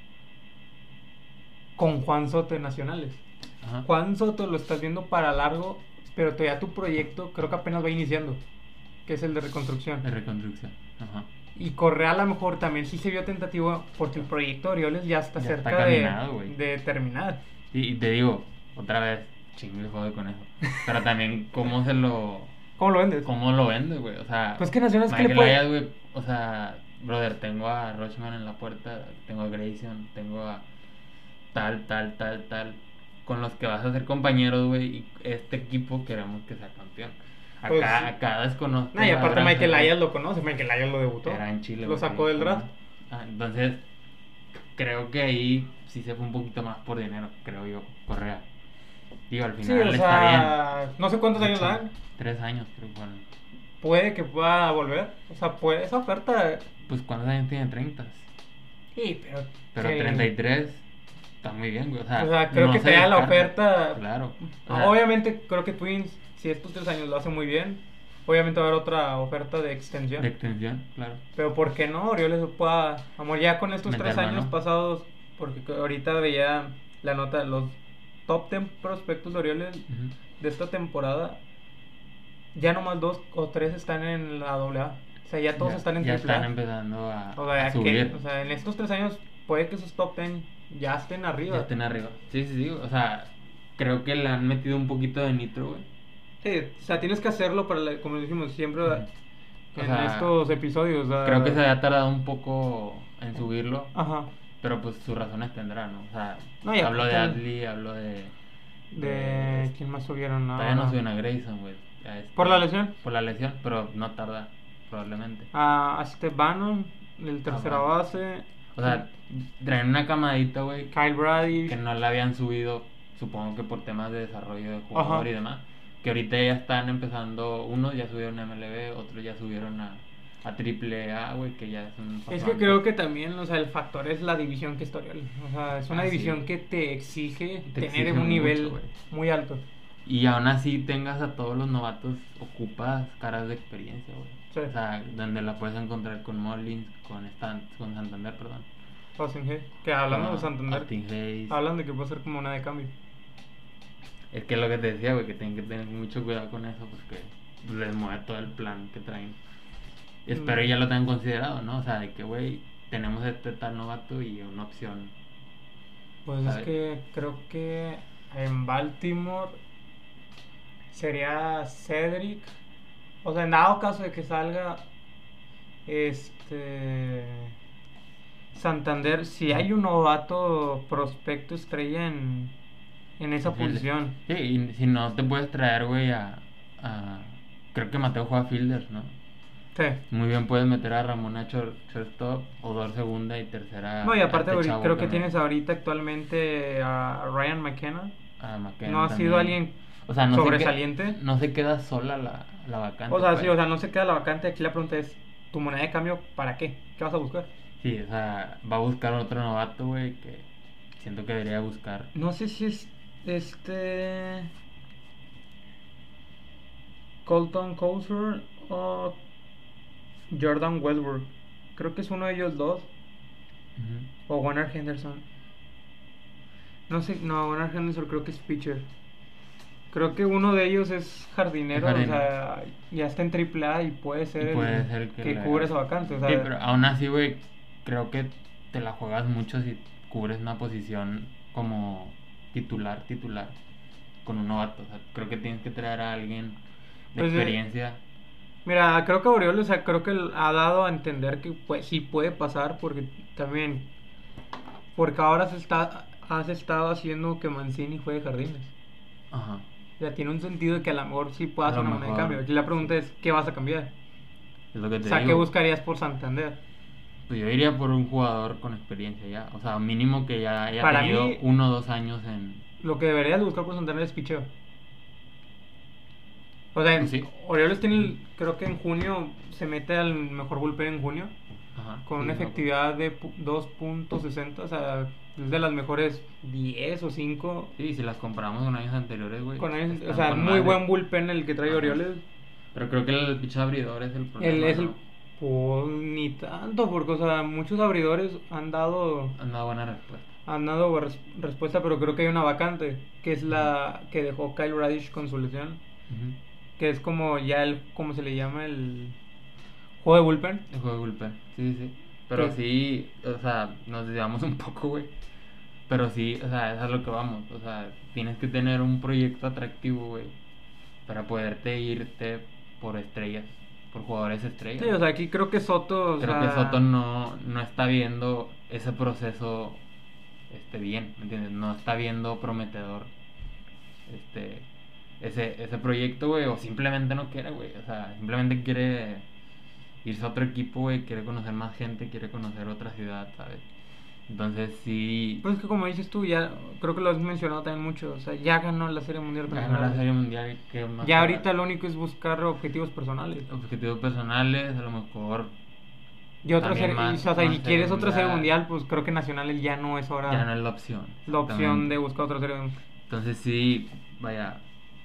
con Juan Soto en Nacionales. Ajá. Juan Soto lo estás viendo para largo, pero todavía tu proyecto creo que apenas va iniciando, que es el de reconstrucción. De reconstrucción, ajá. Y Correa a lo mejor también sí se vio tentativo porque el proyecto de Orioles ya está Ya cerca está de, caminado, güey. de terminar. Y, y te digo, otra vez, chingo y jode con eso. Pero también, ¿cómo se lo... ¿Cómo lo vendes? ¿Cómo lo vende, güey? O sea... Pues que Nacionales, ¿qué le Michael puede- Ayas, güey, o sea, brother, tengo a Rochman en la puerta, tengo a Grayson, tengo a tal, tal, tal, tal, con los que vas a ser compañeros, güey, y este equipo queremos que sea campeón. Acá, Pues, acá desconozco. No, y la aparte granja, Michael güey. Ayas lo conoce, Michael Ayas lo debutó. Era en Chile, Lo güey, sacó sí, del draft. Ah, entonces, creo que ahí sí se fue un poquito más por dinero, creo yo, Correa. Digo, al Sí, final o está sea, no sé cuántos bien. años le dan. Tres años, creo que fueron. Puede que pueda volver. O sea, puede, esa oferta. Pues, ¿cuántos años tiene? treinta. Sí, pero. Pero que- treinta y tres está muy bien, güey. O sea, O sea, creo no que se te da la descarta. oferta. Claro. O Ah, sea, obviamente, creo que Twins, si estos tres años lo hace muy bien, obviamente va a haber otra oferta de extensión. de extensión, claro. Pero ¿por qué no? Orioles pueda. Amor, ya con estos tres Meter años mano. pasados, porque que- ahorita veía la nota, los top diez prospectos de Orioles Ujú. de esta temporada, ya nomás dos o tres están en la doble A. O sea, ya todos Ya- están en ya triple A. están empezando a, O sea, a que- subir. o sea, en estos tres años puede que esos top diez ya estén arriba. Ya estén arriba. Sí, sí, sí. O sea, creo que le han metido un poquito de nitro, güey. Sí, o sea, tienes que hacerlo para, la- como dijimos siempre Ujú. en O sea, estos episodios. o sea, Creo que se había tardado un poco en subirlo. Ajá. Pero pues sus razones tendrá, ¿no? O sea, No, y hablo de aparte- Adley, hablo de. De quién más subieron. Todavía no Ahora? subieron a Grayson, güey. A este- ¿Por la lesión? Por la lesión, pero no tarda, probablemente. A este Bannon, el tercera Bannon. base. O sea, traen una camadita, güey, Kyle Bradish. que no la habían subido, supongo que por temas de desarrollo de jugador Ajá. y demás. Que ahorita ya están empezando, unos ya subieron a M L B, otros ya subieron a, a Triple A, güey, que ya es un Es paso que creo antes. que también, o sea, el factor es la división que es Orioles. O sea, es una Ah, sí. división que te exige Te tener exige un mucho, nivel güey. muy alto. y aún así tengas a todos los novatos, ocupas caras de experiencia, güey. Sí. O sea, donde la puedes encontrar con Mullins, con, Stan, con Santander, perdón. Austin Hayes. Que hablando de Con Santander, Austin Hayes. hablan de que puede ser como una de cambio. Es que lo que te decía, güey, que tienen que tener mucho cuidado con eso porque les mueve todo el plan que traen. Y espero Mm. ya lo tengan considerado, ¿no? O sea, de que, güey, tenemos este tal novato y una opción. Pues ¿sabes? es que creo que en Baltimore sería Cedric. O sea, en dado caso de que salga este Santander, si hay un novato prospecto estrella en, en esa Fielder. posición. Sí, y si no te puedes traer, güey, a, a... Creo que Mateo juega fielder, ¿no? Sí. Muy bien puedes meter a Ramón a short- shortstop o dos segunda y tercera. No, y aparte a este ahorita- chavo creo que no- tienes ahorita actualmente a Ryan McKenna. a McKenna No ha también. sido alguien O sea, no se que- sobresaliente. no se queda sola la, la vacante. O sea, pues. sí, o sea, no se queda la vacante. Aquí la pregunta es, ¿tu moneda de cambio para qué? ¿Qué vas a buscar? Sí, o sea, va a buscar otro novato, güey, que siento que debería buscar. No sé si es este Colton Cowser o Jordan Westbrook. Creo que es uno de ellos dos. Ujú. O Warner Henderson. No sé, no, Warner Henderson creo que es pitcher. Creo que uno de ellos es jardinero, Es jardinero. o sea, ya está en triple A y puede ser Y el puede ser que, que le- cubre esa vacante. O sea, Sí, pero aún así, güey, creo que te la juegas mucho si cubres una posición como titular, titular, con un novato. O sea, creo que tienes que traer a alguien de Pues, eh, experiencia. mira, creo que Orioles, o sea, creo que él ha dado a entender que pues sí puede pasar porque también, porque ahora se está, has estado haciendo que Mancini juegue jardines. Ajá. O sea, tiene un sentido de que a lo mejor sí pueda A hacer lo una moneda de mejor, cambio. Aquí la pregunta sí. es, ¿qué vas a cambiar? Es lo que O te sea, ¿qué digo. buscarías por Santander? Pues yo iría por un jugador con experiencia ya. O sea, mínimo que ya haya Para tenido mí- uno o dos años en. Lo que deberías de buscar por Santander es picheo. O sea, en- Sí. Orioles tiene, el- creo que en junio se mete al mejor bullpen en junio. Ajá. Con sí, una no, efectividad de pu- dos punto sesenta, o sea, es de las mejores diez o cinco. Sí, si las comparamos con años anteriores, güey. Con años- están o sea, con muy madre. buen bullpen el que trae Ajá. Orioles. Pero creo que el pitch abridor es el problema. Él es el. ¿no? Pues ni tanto, porque, o sea, muchos abridores han dado. Han dado buena respuesta. Han dado res- respuesta, pero creo que hay una vacante, que es la que dejó Kyle Radish con su lesión. Ujú. Que es como ya el. ¿Cómo se le llama? El juego de bullpen. El juego de bullpen. Sí, sí, sí. Pero Sí. sí, o sea, nos desviamos un poco, güey. Pero sí, o sea, es a lo que vamos. O sea, tienes que tener un proyecto atractivo, güey, para poderte irte por estrellas, por jugadores estrellas. Sí, o sea, aquí creo que Soto. O Creo sea, que Soto no, no está viendo ese proceso este, bien, ¿me entiendes? No está viendo prometedor este, ese, ese proyecto, güey, o simplemente no quiere, güey. O sea, simplemente quiere irse a otro equipo, güey, quiere conocer más gente, quiere conocer otra ciudad, ¿sabes? Entonces sí, Pues es que como dices tú, ya creo que lo has mencionado también mucho, o sea, ya ganó la Serie Mundial. con ganó la Nacional. Serie Mundial. ¿Qué más Ya para- ahorita lo único es buscar objetivos personales. Objetivos personales, a lo mejor Y otra también serie, más- y, o sea, más si quieres otra Serie Mundial. Mundial, pues creo que Nacional ya no es ahora ya no es la opción. la opción exactamente. de buscar otra Serie Mundial. Entonces sí, vaya,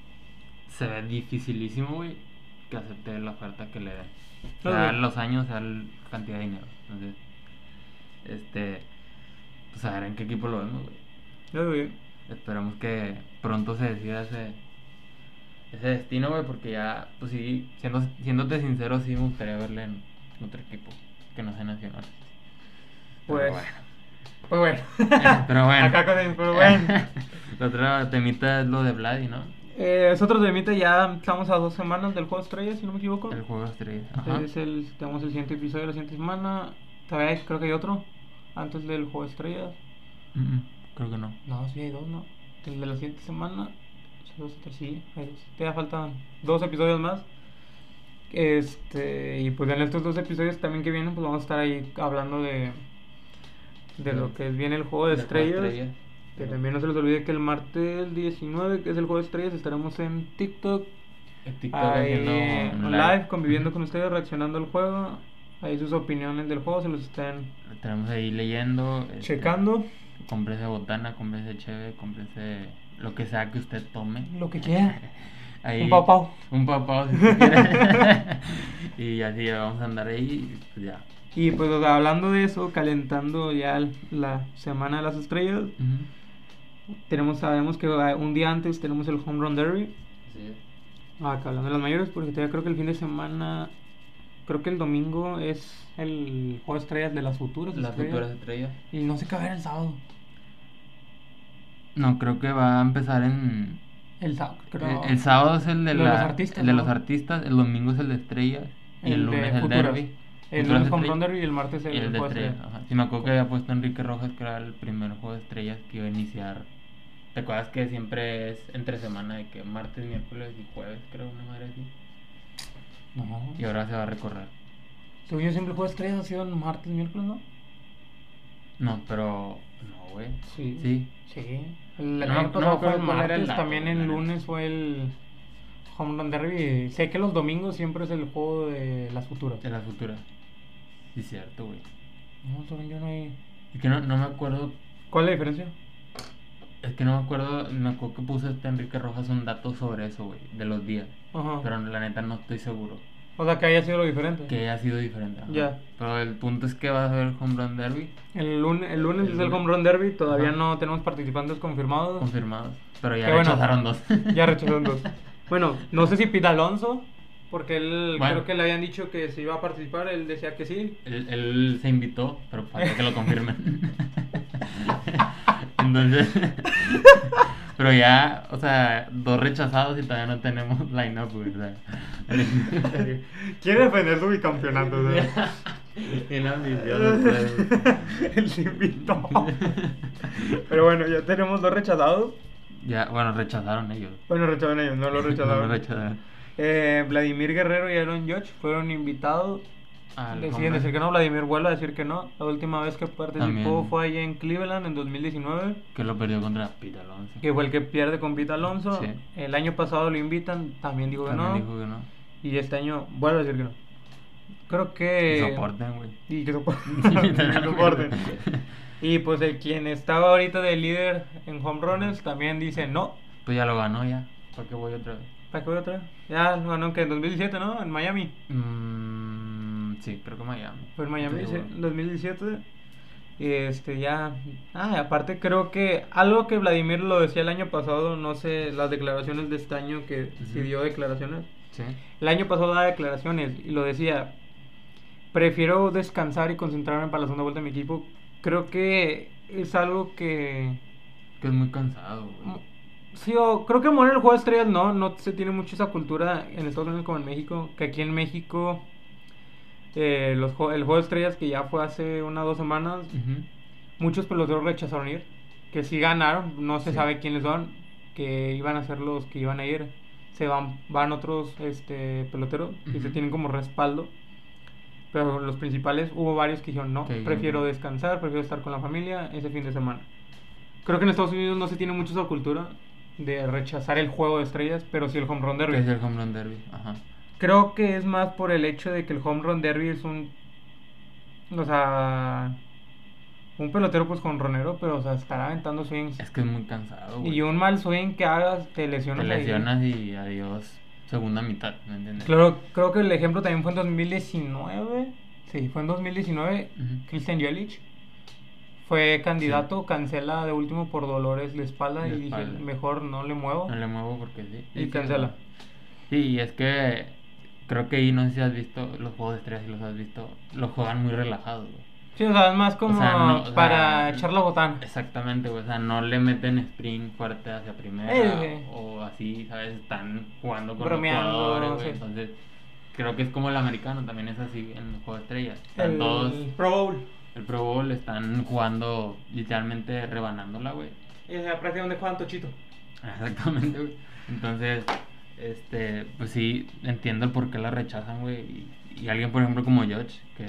se ve dificilísimo, güey, que acepte la oferta que le den. Sea Ok. los años, sea la cantidad de dinero. Entonces, este, pues a ver en qué equipo lo vemos, güey. Ya lo vi. Esperemos que pronto se decida ese, ese destino, güey, porque ya, pues sí, siendo, siéndote sincero, sí me gustaría verle en otro equipo que no sea Nacional. Pero Pues, bueno. pues bueno. Pero bueno. Acá con pero bueno. La otra temita es lo de Vladi, ¿no? Eh, es otro temita, ya estamos a dos semanas del juego de estrellas, si no me equivoco. El juego de estrellas. Ajá. Es el, tenemos el siguiente episodio de la siguiente semana. Todavía hay- creo que hay otro antes del juego de estrellas. Mm, mm, creo que no. No, sí hay dos, ¿no? El de la siguiente semana. Sí, dos o tres, sí, hay dos. Todavía faltan dos episodios más. Este, y pues en estos dos episodios también que vienen, pues vamos a estar ahí hablando de de lo que viene el juego de Del juego de estrellas. estrellas. Que también no se les olvide que el martes diecinueve, que es el juego de estrellas, estaremos en TikTok. En TikTok Ahí, haciendo un live, conviviendo Ujú. con ustedes, reaccionando al juego. Ahí sus opiniones del juego se los estén Tenemos ahí leyendo. este, checando. Cómprese botana, cómprese cheve, cómprese lo que sea que usted tome. Lo que quiera. Ahí, Un pau pau. Un pau pau, si usted quiere. Y así vamos a andar ahí, pues ya. Y pues, o sea, hablando de eso, calentando ya la semana de las estrellas, Uh-huh. tenemos, sabemos que un día antes tenemos el Home Run Derby. Sí. Acá hablando de las mayores, porque todavía creo que el fin de semana, creo que el domingo es el juego de estrellas de las futuras Las estrellas. futuras estrellas. Y no sé qué va a haber el sábado. No, creo que va a empezar en... El sábado, creo. El, el sábado es el de, de la, los artistas, el de ¿no? los artistas, el domingo es el de estrellas y el, El lunes de el futuras. derby. El Futuras lunes Home Run estrellas Derby y el martes el, y el de juego de estrellas. estrellas. Ajá. Sí, me acuerdo que había puesto Enrique Rojas que era el primer juego de estrellas que iba a iniciar. ¿Te acuerdas que siempre es entre semana de que martes, miércoles y jueves, creo, una madre así? No. Y ahora se va a recorrer. Según yo siempre el juego de estrellas ha sido el martes, miércoles, ¿no? No, pero... No, güey. Sí. Sí. Sí. El No, año no pasado me fue acuerdo el cuál era el martes, dato, también la el neta. lunes fue el Home Run Derby. Sé que los domingos siempre es el juego de las futuras. De las futuras. Sí, cierto, güey. No, según yo no hay... Es que no, no me acuerdo... ¿Cuál es la diferencia? Es que no me acuerdo... Me acuerdo que puso este Enrique Rojas un dato sobre eso, güey. De los días. Ajá. Pero la neta no estoy seguro. O sea, que haya sido lo diferente. Que haya sido diferente. Ajá. Ya. Pero el punto es que va a haber el Home Run Derby. El lunes, el lunes El es el lunes. Home Run Derby, todavía Ajá. no tenemos participantes confirmados. Confirmados. Pero ya Qué bueno. rechazaron dos. Ya rechazaron dos. Bueno, no sé si Pete Alonso, porque él Bueno. creo que le habían dicho que se iba a participar, él decía que sí. Él, él se invitó, pero falta que lo confirmen. Entonces... Pero ya, o sea, dos rechazados y todavía no tenemos line-up, güey. O sea. Quiere defender su bicampeonato, o sea. Bien ambicioso, güey. Él se invitó. Pero bueno, ya tenemos dos rechazados. Ya, bueno, rechazaron ellos. Bueno, rechazaron ellos, no lo rechazaron. No lo rechazaron. Eh, Vladimir Guerrero y Aaron Judge fueron invitados. Al Deciden home decir run. que no, Vladimir vuelve a decir que no. La última vez que participó También. fue allá en Cleveland en dos mil diecinueve, Que lo perdió contra Pete Alonso. que fue el que pierde con Pete Alonso. Sí. El año pasado lo invitan, también dijo que También no. dijo que no. Y este año vuelve a decir que no. Creo que... Y soporten, güey. Y que soporten. Y soporten. Y pues el quien estaba ahorita de líder en home runs también dice no. Pues ya lo ganó ya. ¿Para qué voy otra vez? ¿Para qué voy otra vez? Ya lo ganó que en dos mil diecisiete, ¿no? En Miami. Mm, sí, creo que Miami. Fue en Miami, Estoy sí, seguro. en dos mil diecisiete. Y este ya. Ah, y aparte creo que algo que Vladimir lo decía el año pasado, no sé, las declaraciones de este año que Ujú. sí dio declaraciones. Sí. El año pasado daba declaraciones y lo decía. Prefiero descansar y concentrarme para la segunda vuelta de mi equipo. Creo que es algo que. Que es muy cansado, güey. Sí, o creo que morir en el juego de estrellas no, no se tiene mucho esa cultura en Estados Unidos como en México, que aquí en México eh, los, jue- el juego de estrellas que ya fue hace unas dos semanas, Ujú. muchos peloteros rechazaron ir, que sí ganaron, no se Sí. sabe quiénes son, que iban a ser los que iban a ir, se van, van otros este, peloteros y se Ujú. tienen como respaldo, pero los principales hubo varios que dijeron no, Que dijeron prefiero no. descansar, prefiero estar con la familia ese fin de semana. Creo que en Estados Unidos no se tiene mucho esa cultura de rechazar el juego de estrellas, pero sí el home run derby. Que es el home run derby. Ajá. Creo que es más por el hecho de que el home run derby es un, o sea, un pelotero pues jonronero, pero o sea, estar aventando swings Es que es muy cansado, güey. y un mal swing que hagas te lesionas. Te ahí. lesionas y adiós. Segunda mitad, ¿me entiendes? Claro, creo que el ejemplo también fue en dos mil diecinueve. Sí, fue en dos mil diecinueve. Ujú. Christian Yelich fue candidato, cancela de último por dolores de espalda De y dije, espalda. mejor no le muevo. No le muevo porque sí. Y Sí, sí, cancela. Sí, y es que creo que ahí no sé si has visto los juegos de estrellas, si los has visto, los juegan muy relajados, güey. Sí, o sea, es más como O sea, no, o sea, para echar la botana. Exactamente, güey. O sea, no le meten sprint fuerte hacia primera Eh, o así, ¿sabes? Están jugando con bromeando, los jugadores, güey. sí. Entonces, creo que es como el americano, también es así en el juego de estrellas. Están El todos, Pro Bowl. el Pro Bowl, están jugando literalmente rebanándola, güey. Y o sea, prácticamente juegan tochito. Exactamente, güey. Entonces, este, pues sí, entiendo el por qué la rechazan, güey. Y, y alguien, por ejemplo, como George, que es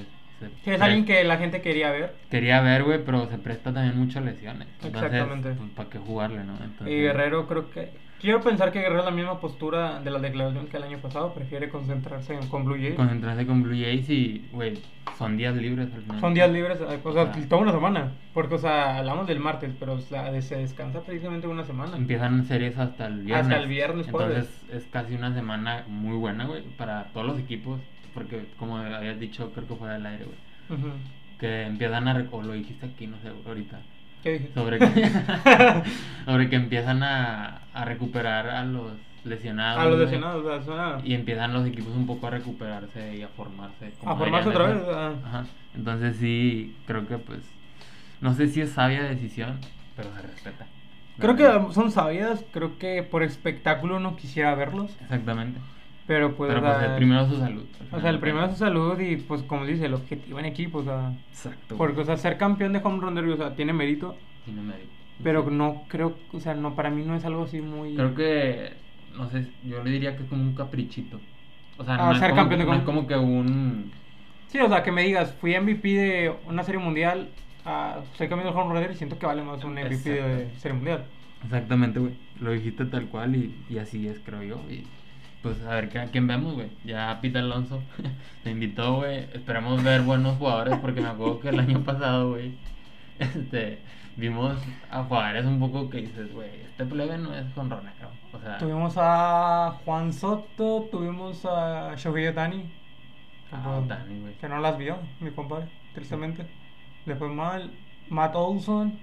Sí, es alguien que la gente quería ver. Quería ver, güey, pero se presta también mucho a lesiones. Entonces, Exactamente. pues, ¿para qué jugarle, no? Entonces, Y Guerrero creo que... Quiero pensar que Guerrero es la misma postura de la declaración que el año pasado. Prefiere concentrarse en- con Blue Jays. concentrarse con Blue Jays y, güey, son días libres al final. Son días libres, eh, o sea, Ah. toda una semana. Porque, o sea, hablamos del martes, pero o sea, de- se descansa precisamente una semana. Empiezan series hasta el viernes. Hasta el viernes, Entonces jueves. es casi una semana muy buena, güey, para todos los equipos. Porque, como habías dicho, creo que fue al aire, güey. Ujú. Que empiezan a. rec- O lo dijiste aquí, no sé, ahorita. ¿Qué dije? Sobre que, sobre que empiezan a, a recuperar a los lesionados. A los güey, lesionados, o sea, suena... Y empiezan los equipos un poco a recuperarse y a formarse. como A formarse deberían otra de vez, ser. ah. Ajá. Entonces sí, creo que pues. No sé si es sabia decisión, pero se respeta. Creo La verdad. que son sabidas, creo que por espectáculo no quisiera verlos. Exactamente. Pero pues, Pero o pues sea, el primero su salud. al O final sea, el de primero es cuentas. su salud y pues como dice, el objetivo en equipo, o sea... Exacto. Porque, o sea, ser campeón de home run derby, o sea, tiene mérito, Tiene mérito. pero Sí. no creo, o sea, no, para mí no es algo así muy... Creo que, no sé, yo le diría que es como un caprichito. O sea, Ah, no, es ser como, campeón de no es home- como que un... Sí, o sea, que me digas, fui M V P de una serie mundial, a soy campeón de home run derby y siento que vale más un M V P de Exacto. serie mundial. Exactamente, güey. Lo dijiste tal cual y, y así es, creo yo. Y pues a ver ¿qué- a quién vemos, güey. Ya Pete Alonso me invitó, güey. Esperamos ver buenos jugadores porque me acuerdo que el año pasado, güey, este, vimos a jugadores un poco que dices, güey, este plebe no es jonronero. O sea, Tuvimos a Juan Soto, tuvimos a Shohei Ohtani, que, Ah, pues, Ohtani, güey. que no las vio, mi compadre, tristemente. Le fue mal. Matt Olson,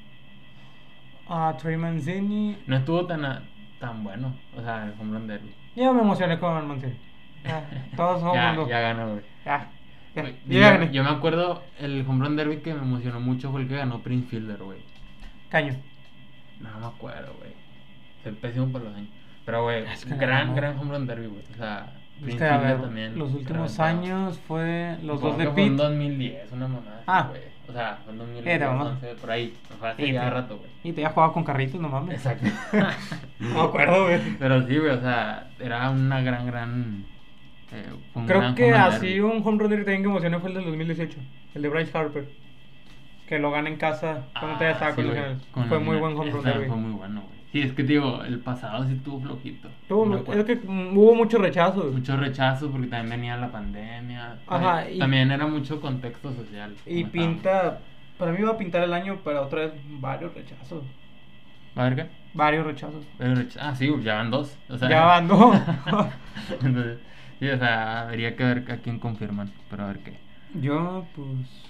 a Trey Mancini. no estuvo tan, a- tan bueno. O sea, el home run derby. Ya me emocioné con Mancini. Ya, todos somos ya, mundo. ya ganó, güey. Ya, ya, Güey, yo yo, ya gané. yo me acuerdo el home run derby que me emocionó mucho fue el que ganó Prince Fielder, güey. Caño. No me acuerdo, güey. Soy pésimo por los años. Pero, güey, Es que gran, ganó. gran home run derby, güey. O sea, Es Prince que, a Fielder ver, también. los últimos reventaba. años fue los Supongo dos de que fue en Pete. dos mil diez, una mamá. Ah. güey. O sea, fue en dos mil Eh, te diez, mamá. once, por ahí. Fue hace Y ya te- rato, güey. Y te había jugado con carritos, no mames. Exacto. No me acuerdo, güey. Pero sí, güey, o sea, era una gran, gran. Eh, fue un Creo gran que home run así derby. un home run derby también que emocionó fue el del dos mil dieciocho. El de Bryce Harper. Que lo gana en casa cuando todavía estaba Ah, con sí, los güey, Nationals. con Fue los muy Nationals. buen home run Esa derby. Fue muy bueno, güey. Sí, es que, digo, el pasado sí estuvo flojito. Tuvo- me es acuerdo. que mm, hubo muchos rechazos. Muchos rechazos porque también venía la pandemia. Ajá, También, y- también era mucho contexto social. Y como estábamos. pinta. Para mí va a pintar el año para otra vez varios rechazos. ¿Va a ver qué? Varios rechazos. Pero recha- Ah, sí, ya van dos. O sea, Ya van dos. Entonces, sí, o sea, habría que ver a quién confirman. Pero a ver qué. Yo, pues.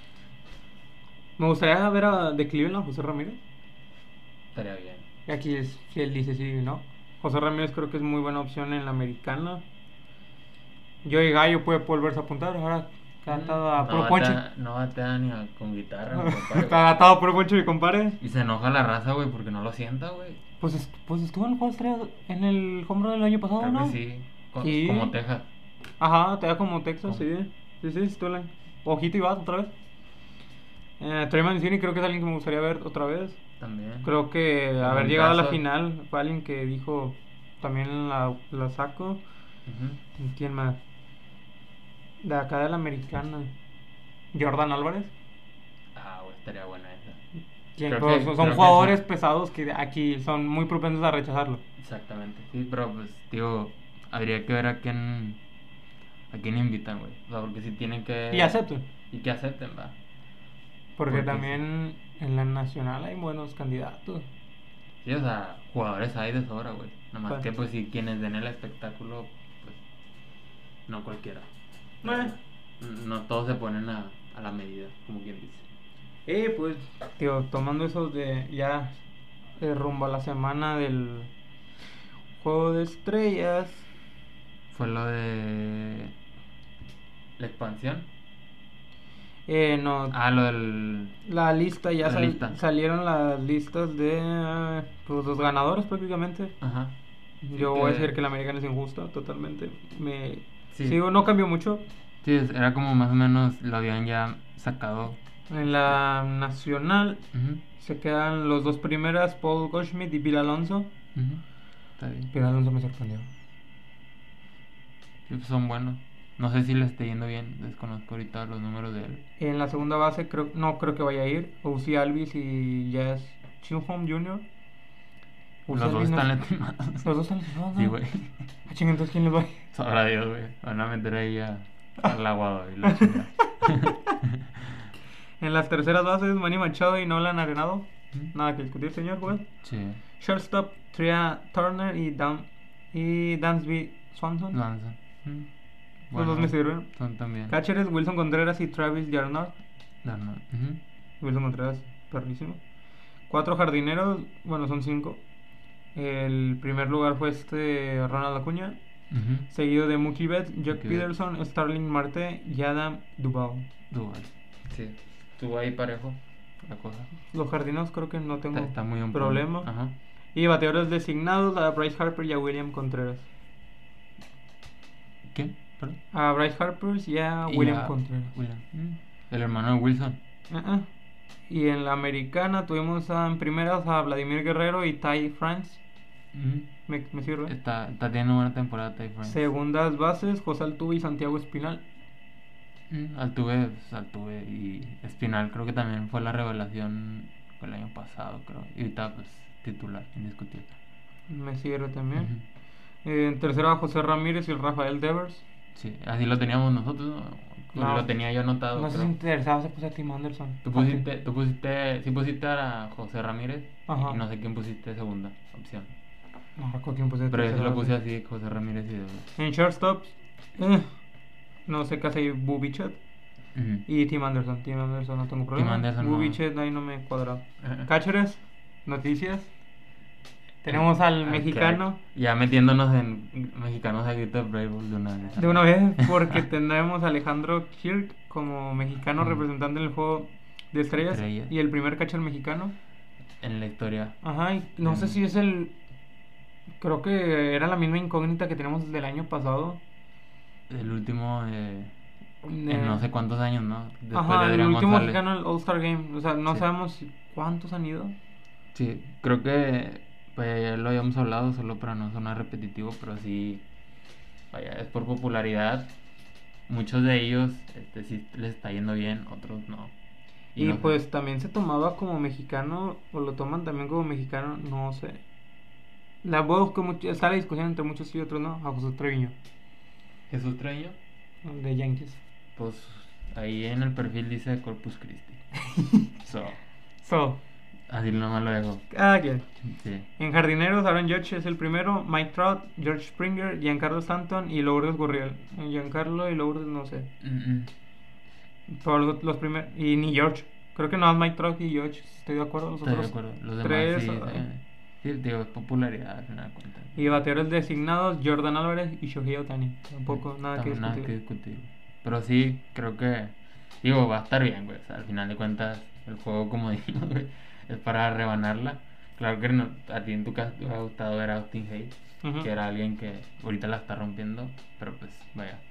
Me gustaría ver a de Cleveland, José Ramírez. Estaría bien. Y aquí es si él dice sí, ¿no? José Ramírez creo que es muy buena opción en la americana. Joey Gallo puede volverse a apuntar. Ahora que ha atado a no Pro batea- Ponche. No batea ni a- con guitarra. mi compadre, Está güey. atado a Pro Ponche, mi compadre. Y se enoja la raza, güey, porque no lo sienta, güey. Pues, est- pues estuvo en el juego de estrellas en el home run del año pasado, Creo ¿no? que sí. Co- Sí. Como Texas. Ajá, te da como Texas, ¿Cómo? sí. Sí, sí, estuvo en ojito y vas otra vez. Eh, Trey Mancini creo que es alguien que me gustaría ver otra vez. También. Creo que Como haber un llegado a la caso. final fue alguien que dijo también la, la saco. Ujú. ¿Y quién más? De acá de la americana. Jordan Álvarez. Ah, güey, estaría buena esa. Quien, Creo pues, que- son creo que jugadores sí. pesados que aquí son muy propensos a rechazarlo. Exactamente. Sí, pero pues, digo, habría que ver a quién. A quién invitan, güey. O sea, porque si tienen que. Y acepto. Y que acepten, va. Porque Porque también en la nacional hay buenos candidatos. Sí, o sea, jugadores hay de sobra, güey. Nada más Pues. que, pues, si quienes den el espectáculo, pues, no cualquiera. Eh. No todos se ponen a, a la medida, como quien dice. Eh, pues, tío, tomando eso de ya eh, rumbo a la semana del juego de estrellas. Fue lo de. La expansión. Eh, no, Ah, lo del. la lista ya la sal- lista. salieron las listas de eh, pues, los ganadores prácticamente. Ajá. Yo Sí, voy a que- decir que la americana es injusta, totalmente. Me Sí. sigo, no cambió mucho. Sí, es- era como más o menos lo habían ya sacado. En la nacional Ujú, se quedan los dos primeras, Paul Goldschmidt y Bill Alonso. ujú. Está bien. Bill Alonso me sorprendió. Sí, pues son buenos. No sé si le esté yendo bien, desconozco ahorita los números de él. En la segunda base creo, no creo que vaya a ir. Uzi Alvis y Jazz Chinholm junior Uzi Los dos Alvis no están es- lastimados. Los dos están lesionados, Sí, ¿no? güey. Ah, chinga, entonces ¿quién les va a ir? Sabrá Dios, güey. Van a meter ahí a, al aguado y la chingada. En las terceras bases, Manny Machado y Nolan Arenado. Nada que discutir, señor juez. Sí. Shortstop, Tria Turner y, Dan y Dansby Swanson. Lanza. Mm. Los dos me sirven. Son también. Catchers, Wilson Contreras y Travis Yarnard. Darno. Ujú. Wilson Contreras, perrísimo. Cuatro jardineros, bueno, son cinco. El primer lugar fue este Ronald Acuña, Ujú. seguido de Mookie Betts, Jack Mookie Peterson, Starling Marte y Adam Duvall. Duval. Sí. Estuvo ahí parejo la cosa. Los jardineros creo que no tengo Está, está muy un problema. Ajá. Y bateadores designados a Bryce Harper y a William Contreras. ¿Quién? Perdón. A Bryce Harper y a Y William a Contreras. William. Mm. El hermano de Wilson. Uh-uh. Y en la americana tuvimos a, en primeras a Vladimir Guerrero y Ty France. Ujú. Me, me sirve. Está, está teniendo buena temporada Ty France. Segundas bases, José Altuve y Santiago Espinal. Mm, Altuve, pues, Altuve y Espinal creo que también fue la revelación el año pasado, creo. Y ahorita pues titular, indiscutible. Me sirve también. Ujú. Eh, en tercera José Ramírez y el Rafael Devers. Sí, así lo teníamos nosotros, ¿no? No. Lo tenía yo anotado. No sé si creo. interesado se puso a Tim Anderson. Tú pusiste, tú pusiste, sí pusiste a José Ramírez Ajá. y no sé quién pusiste segunda opción. No recuerdo quién puse. Pero yo sí tercera lo puse base. así, José Ramírez y Devers. En shortstops, eh, no sé qué hace Bubichet Ujú. y Tim Anderson. Tim Anderson no tengo problema. Anderson no. Bubichet ahí no me cuadra. Ajá. Catchers, noticias. Tenemos al Al mexicano. crack. Ya metiéndonos en mexicanos a grito de Brave Bull de una vez. De una vez, porque tendremos a Alejandro Kirk como mexicano Ujú. representante en el juego de estrellas, Estrellas. y el primer catcher mexicano. En la historia. Ajá, y no sé Ujú. si es el. Creo que era la misma incógnita que tenemos desde el año pasado. El último, eh, Eh, en no sé cuántos años, ¿no? Después Ajá, de el Adrián último González. mexicano al All-Star Game. O sea, no Sí. sabemos si- cuántos han ido. Sí, creo que pues, ya lo habíamos hablado, solo para no sonar repetitivo, pero sí, vaya, es por popularidad. Muchos de ellos este, sí les está yendo bien, otros no. Y, no sé. pues también se tomaba como mexicano, o lo toman también como mexicano, no sé. La voz que mucho, está la discusión entre muchos y otros, ¿no? A José Treviño, Jesús Treviño, de Yankees. pues ahí en el perfil dice Corpus Christi. So, So, así nomás lo dejo. cada quien. Sí. En jardineros, Aaron Judge es el primero, Mike Trout, George Springer, Giancarlo Stanton y Lourdes Gurriel. En Giancarlo y Lourdes no sé. Mm, mm. Todos los, los primeros. Y ni George. Creo que no más Mike Trout y George. Estoy de acuerdo. Los Estoy de otros acuerdo. Los demás tres. sí. ah, eh, Sí, digo, es popularidad al final de cuentas. Y bateadores designados, Jordan Álvarez y Shohei Ohtani. Tampoco nada que Tampoco nada discutir. que discutir. Pero sí, creo que. Digo, va a estar bien, güey. O sea, al final de cuentas, el juego, como dijimos, güey, es para rebanarla. Claro que no- a ti en tu caso te hubiera gustado ver a Austin Hayes, Ujú. que era alguien que ahorita la está rompiendo. Pero pues, vaya.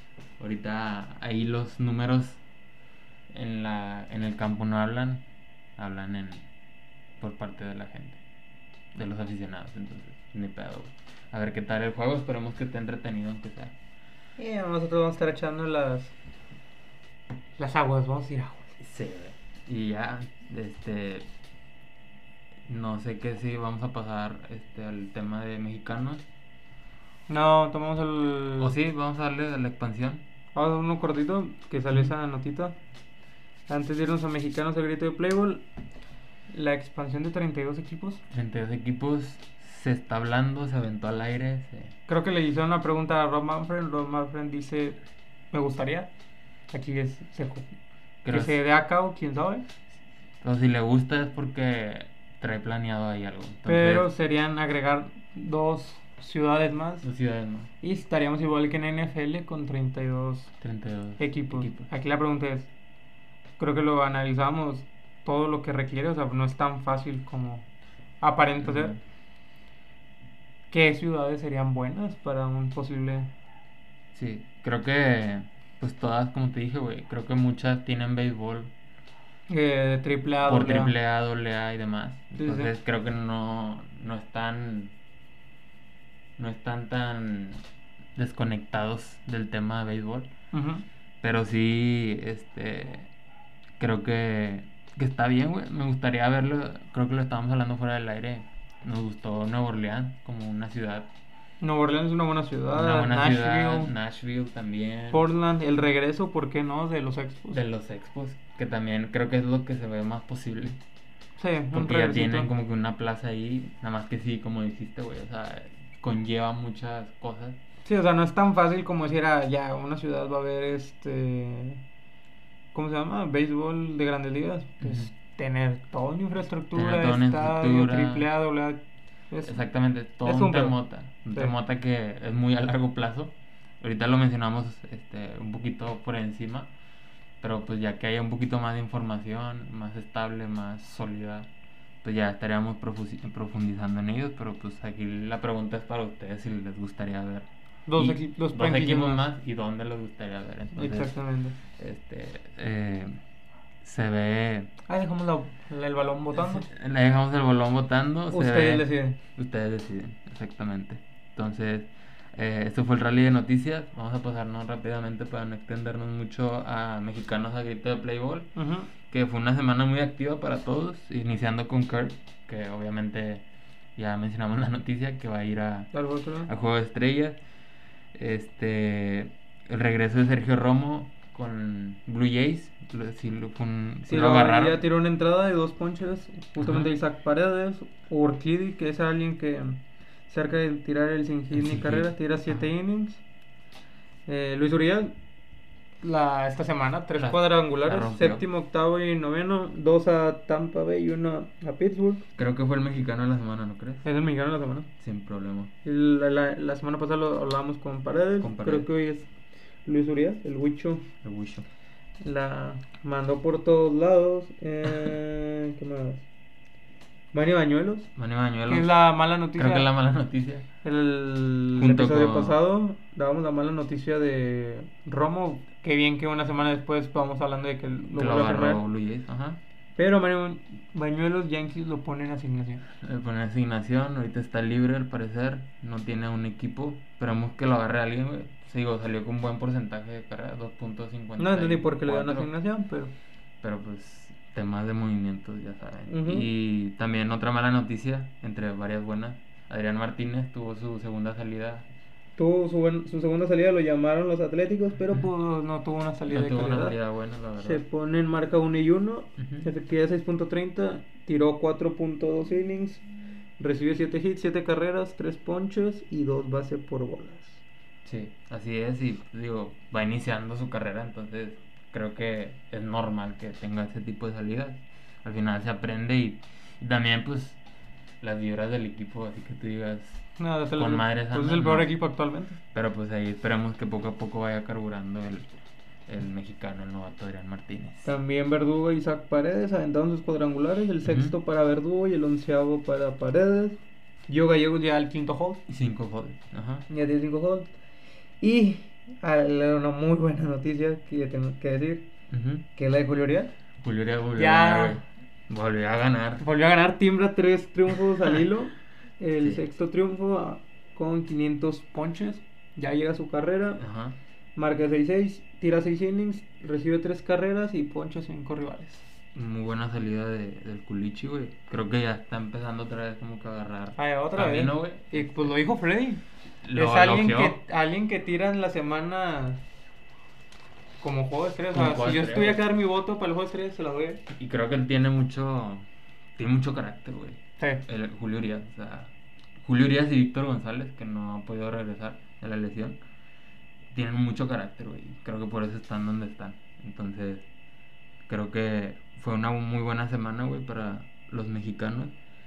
Ahorita ahí los números en la en el campo no hablan, hablan en por parte de la gente, de los aficionados. Entonces, ni pedo, güey. A ver qué tal el juego. Esperemos que esté entretenido, aunque sea. Y nosotros vamos a estar echando las. Las aguas, vamos a ir aguas. Sí, güey. Y ya, este. No sé qué si vamos a pasar este al tema de mexicanos. No, tomamos el. O sí, vamos a darle a la expansión. Vamos a dar uno cortito que salió Ujú. esa notita. Antes de irnos a Mexicanos el grito de Playboy, la expansión de treinta y dos equipos. treinta y dos equipos, se está hablando, se aventó al aire. Se... Creo que le hicieron una pregunta a Rob Manfred. Rob Manfred dice: me gustaría. Aquí es. Se, que Creo se dé a cabo, quién sabe. Pero si le gusta es porque trae planeado ahí algo. Entonces, Pero serían agregar dos ciudades más. dos ciudades más. Y estaríamos igual que en N F L con treinta y dos treinta y dos equipos. Aquí la pregunta es, creo que lo analizamos todo lo que requiere, o sea, no es tan fácil como aparenta ser. Ujú. ¿Qué ciudades serían buenas para un posible? Sí, creo que, pues todas, como te dije, güey, creo que muchas tienen béisbol Eh, triple A, por doble A. triple A, doble A y demás. Sí, sí. Entonces creo que no, no están, no están tan desconectados del tema de béisbol. Ujú. Pero sí, este, creo que, que está bien, güey. Me gustaría verlo. Creo que lo estábamos hablando fuera del aire. Nos gustó Nueva Orleans como una ciudad. Nueva Orleans es una buena Una ciudad. buena ciudad. Nashville, Nashville también. Portland, el regreso, ¿por qué no? De los Expos. De los Expos. Que también creo que es lo que se ve más posible. Sí, un Porque ya regresito. tienen como que una plaza ahí. Nada más que sí, como dijiste, güey. O sea, conlleva muchas cosas. Sí, o sea, no es tan fácil como decir, ah, ya, una ciudad va a haber este. ¿Cómo se llama? Béisbol de grandes ligas. Pues Ujú. tener toda una infraestructura, Tener toda una estadio, infraestructura. triple A, doble A. Es, Exactamente, todo es un un pedo. temota. Un Sí. temota que es muy a largo plazo. Ahorita lo mencionamos este, un poquito por encima. Pero pues ya que haya un poquito más de información, más estable, más sólida, pues ya estaríamos profusi- profundizando en ellos. Pero pues aquí la pregunta es para ustedes si les gustaría ver. Dos, Y equi- dos dos franquicias equipos más. más y dónde les gustaría ver. Entonces, Exactamente. este, eh, se ve. Ahí dejamos la- la- el balón botando. se- Le dejamos el bolón votando. se Ustedes ve- deciden. Ustedes deciden, exactamente. Entonces, eh, esto fue el rally de noticias. Vamos a pasarnos rápidamente para no extendernos mucho a Mexicanos a Grito de Play Ball, Ujú. que fue una semana muy activa para todos, iniciando con Kurt, que obviamente ya mencionamos la noticia, que va a ir a, Al otro. a Juego de Estrellas. Este, el regreso de Sergio Romo con Blue Jays, lo- sí lo, fue un- sí lo Tiró- agarraron. ya tiró una entrada de dos ponches, justamente Ajá. Isaac Paredes, Urquidy, que es alguien que cerca de tirar el sin hit El ni sin carrera, hit. tira siete Ajá. innings. Eh, Luis Uriel, la, esta semana, tres La- la cuadrangulares, rompió. séptimo, octavo y noveno, dos a Tampa Bay y uno a Pittsburgh. Creo que fue el mexicano de la semana, ¿no crees? Es el mexicano de la semana. Sin problema. Y La, la- la semana pasada lo hablábamos con Paredes, Con Paredes. creo que hoy es Luis Uriel, el Huicho. El Wisho. La mandó por todos lados. Eh, ¿Qué más? Manny Bañuelos. Manny Bañuelos. Que es la mala noticia. Creo que es la mala noticia. El Junto episodio con- pasado dábamos la mala noticia de Romo. Qué bien que una semana después vamos hablando de que lo que vuelve lo a firmar. agarró Blue Jays. Ajá. Pero Manny Bañuelos, Yankees lo pone en asignación. Le pone asignación. Ahorita está libre al parecer. No tiene un equipo. Esperamos que lo agarre alguien, güey. Digo, salió con un buen porcentaje de carrera, dos punto cincuenta. No entendí por qué le dan asignación, pero. Pero pues temas de movimientos, ya saben. Ujú. Y también otra mala noticia, entre varias buenas. Adrián Martínez tuvo su segunda salida. Tuvo su, buen- su segunda salida, lo llamaron los Atléticos, pero pues, no tuvo una salida No de tuvo calidad. una salida buena, la verdad. Se pone en marca uno y uno, Ujú. efectividad seis punto treinta, tiró cuatro punto dos innings, recibió siete hits, siete carreras, tres ponches y dos bases por bolas. Sí, así es, y digo, va iniciando su carrera, entonces creo que es normal que tenga ese tipo de salidas. Al final se aprende y, y también pues las vibras del equipo, así que tú digas, Nada, es el, con madres pues es andan, el peor no. equipo actualmente. Pero pues ahí esperemos que poco a poco vaya carburando el, el mexicano, el novato Adrián Martínez. También Verdugo y Isaac Paredes aventaron sus cuadrangulares, el sexto Ujú. para Verdugo y el onceavo para Paredes. Gio Gallegos ya al quinto hold, Y cinco goles, ajá. ya tiene cinco hold. Y ah, una muy buena noticia que tengo que decir, Ujú. que es la de Julio Urias. Julio Urias volvió Ya. a ganar, güey. Volvió a ganar. Volvió a ganar, timbra tres triunfos al hilo. El Sí. sexto triunfo ah, con quinientos ponches. Ya llega a su carrera. Ajá. Marca seis seis, tira seis innings, recibe tres carreras y poncha cinco rivales. Muy buena salida de, del Culichi, güey. Creo que ya está empezando otra vez como que a agarrar Ay, otra camino, vez. güey. Y pues lo dijo Freddy. Lo es alguien elogió. que, alguien que tira en la semana como juego de estrellas. O Como sea, juego si de yo estrellas, tuviera que güey. dar mi voto para el juego de estrellas, se la doy. Y creo que él tiene mucho tiene mucho carácter, güey. Sí. El Julio Urias, o sea, Julio Urias y Víctor González, que no han podido regresar de la lesión, tienen mucho carácter, güey. Creo que por eso están donde están. Entonces, creo que fue una muy buena semana, güey, para los mexicanos.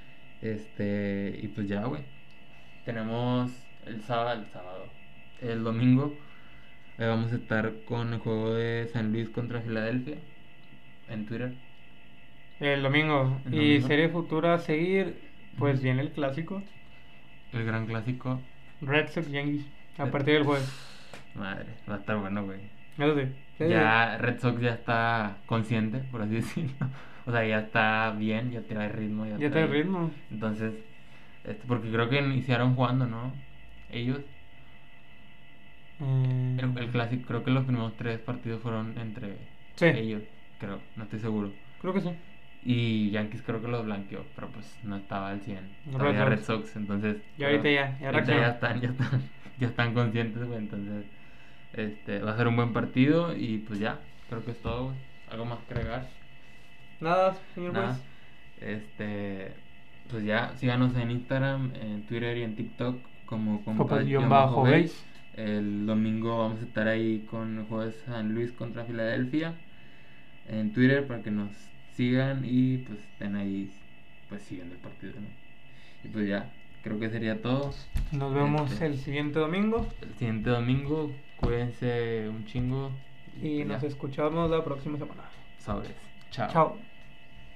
Este, y pues ya, güey. Tenemos el sábado, el sábado, el domingo, eh, vamos a estar con el juego de San Luis contra Filadelfia en Twitter. El domingo. El Y domingo. serie futura a seguir, pues Ujú. viene el clásico. El gran clásico. Red Sox Yankees. A Eh. partir del jueves. Madre, va a estar bueno, güey. Eso sí. Sí, Ya Red Sox ya está consciente, por así decirlo. O sea, ya está bien, ya trae ritmo. Ya, Ya trae- trae ritmo. Entonces, este, porque creo que iniciaron jugando, ¿no? Ellos. Eh, El, el clásico, creo que los primeros tres partidos fueron entre Sí. ellos, creo, no estoy seguro. Creo que sí. Y Yankees creo que los blanqueó, pero pues no estaba al cien. Red Todavía Red Sox. Sox, entonces. Y ahorita pero ya, ya ahorita reaccionó. ya están, ya están, ya están conscientes, güey. Entonces, este, va a ser un buen partido y pues ya, creo que es todo, güey. Algo más que agregar. Nada, señor Nada. juez. Este, pues ya, síganos en Instagram, en Twitter y en TikTok como Copas-Base. compas-base. El domingo vamos a estar ahí con el jueves San Luis contra Filadelfia en Twitter para que nos sigan y pues estén ahí pues siguiendo el partido, ¿no? Y pues ya, creo que sería todo. Nos vemos Este, el siguiente domingo. el siguiente domingo, cuídense un chingo Y pues nos ya. escuchamos la próxima semana. Sobres. Chao. Chao.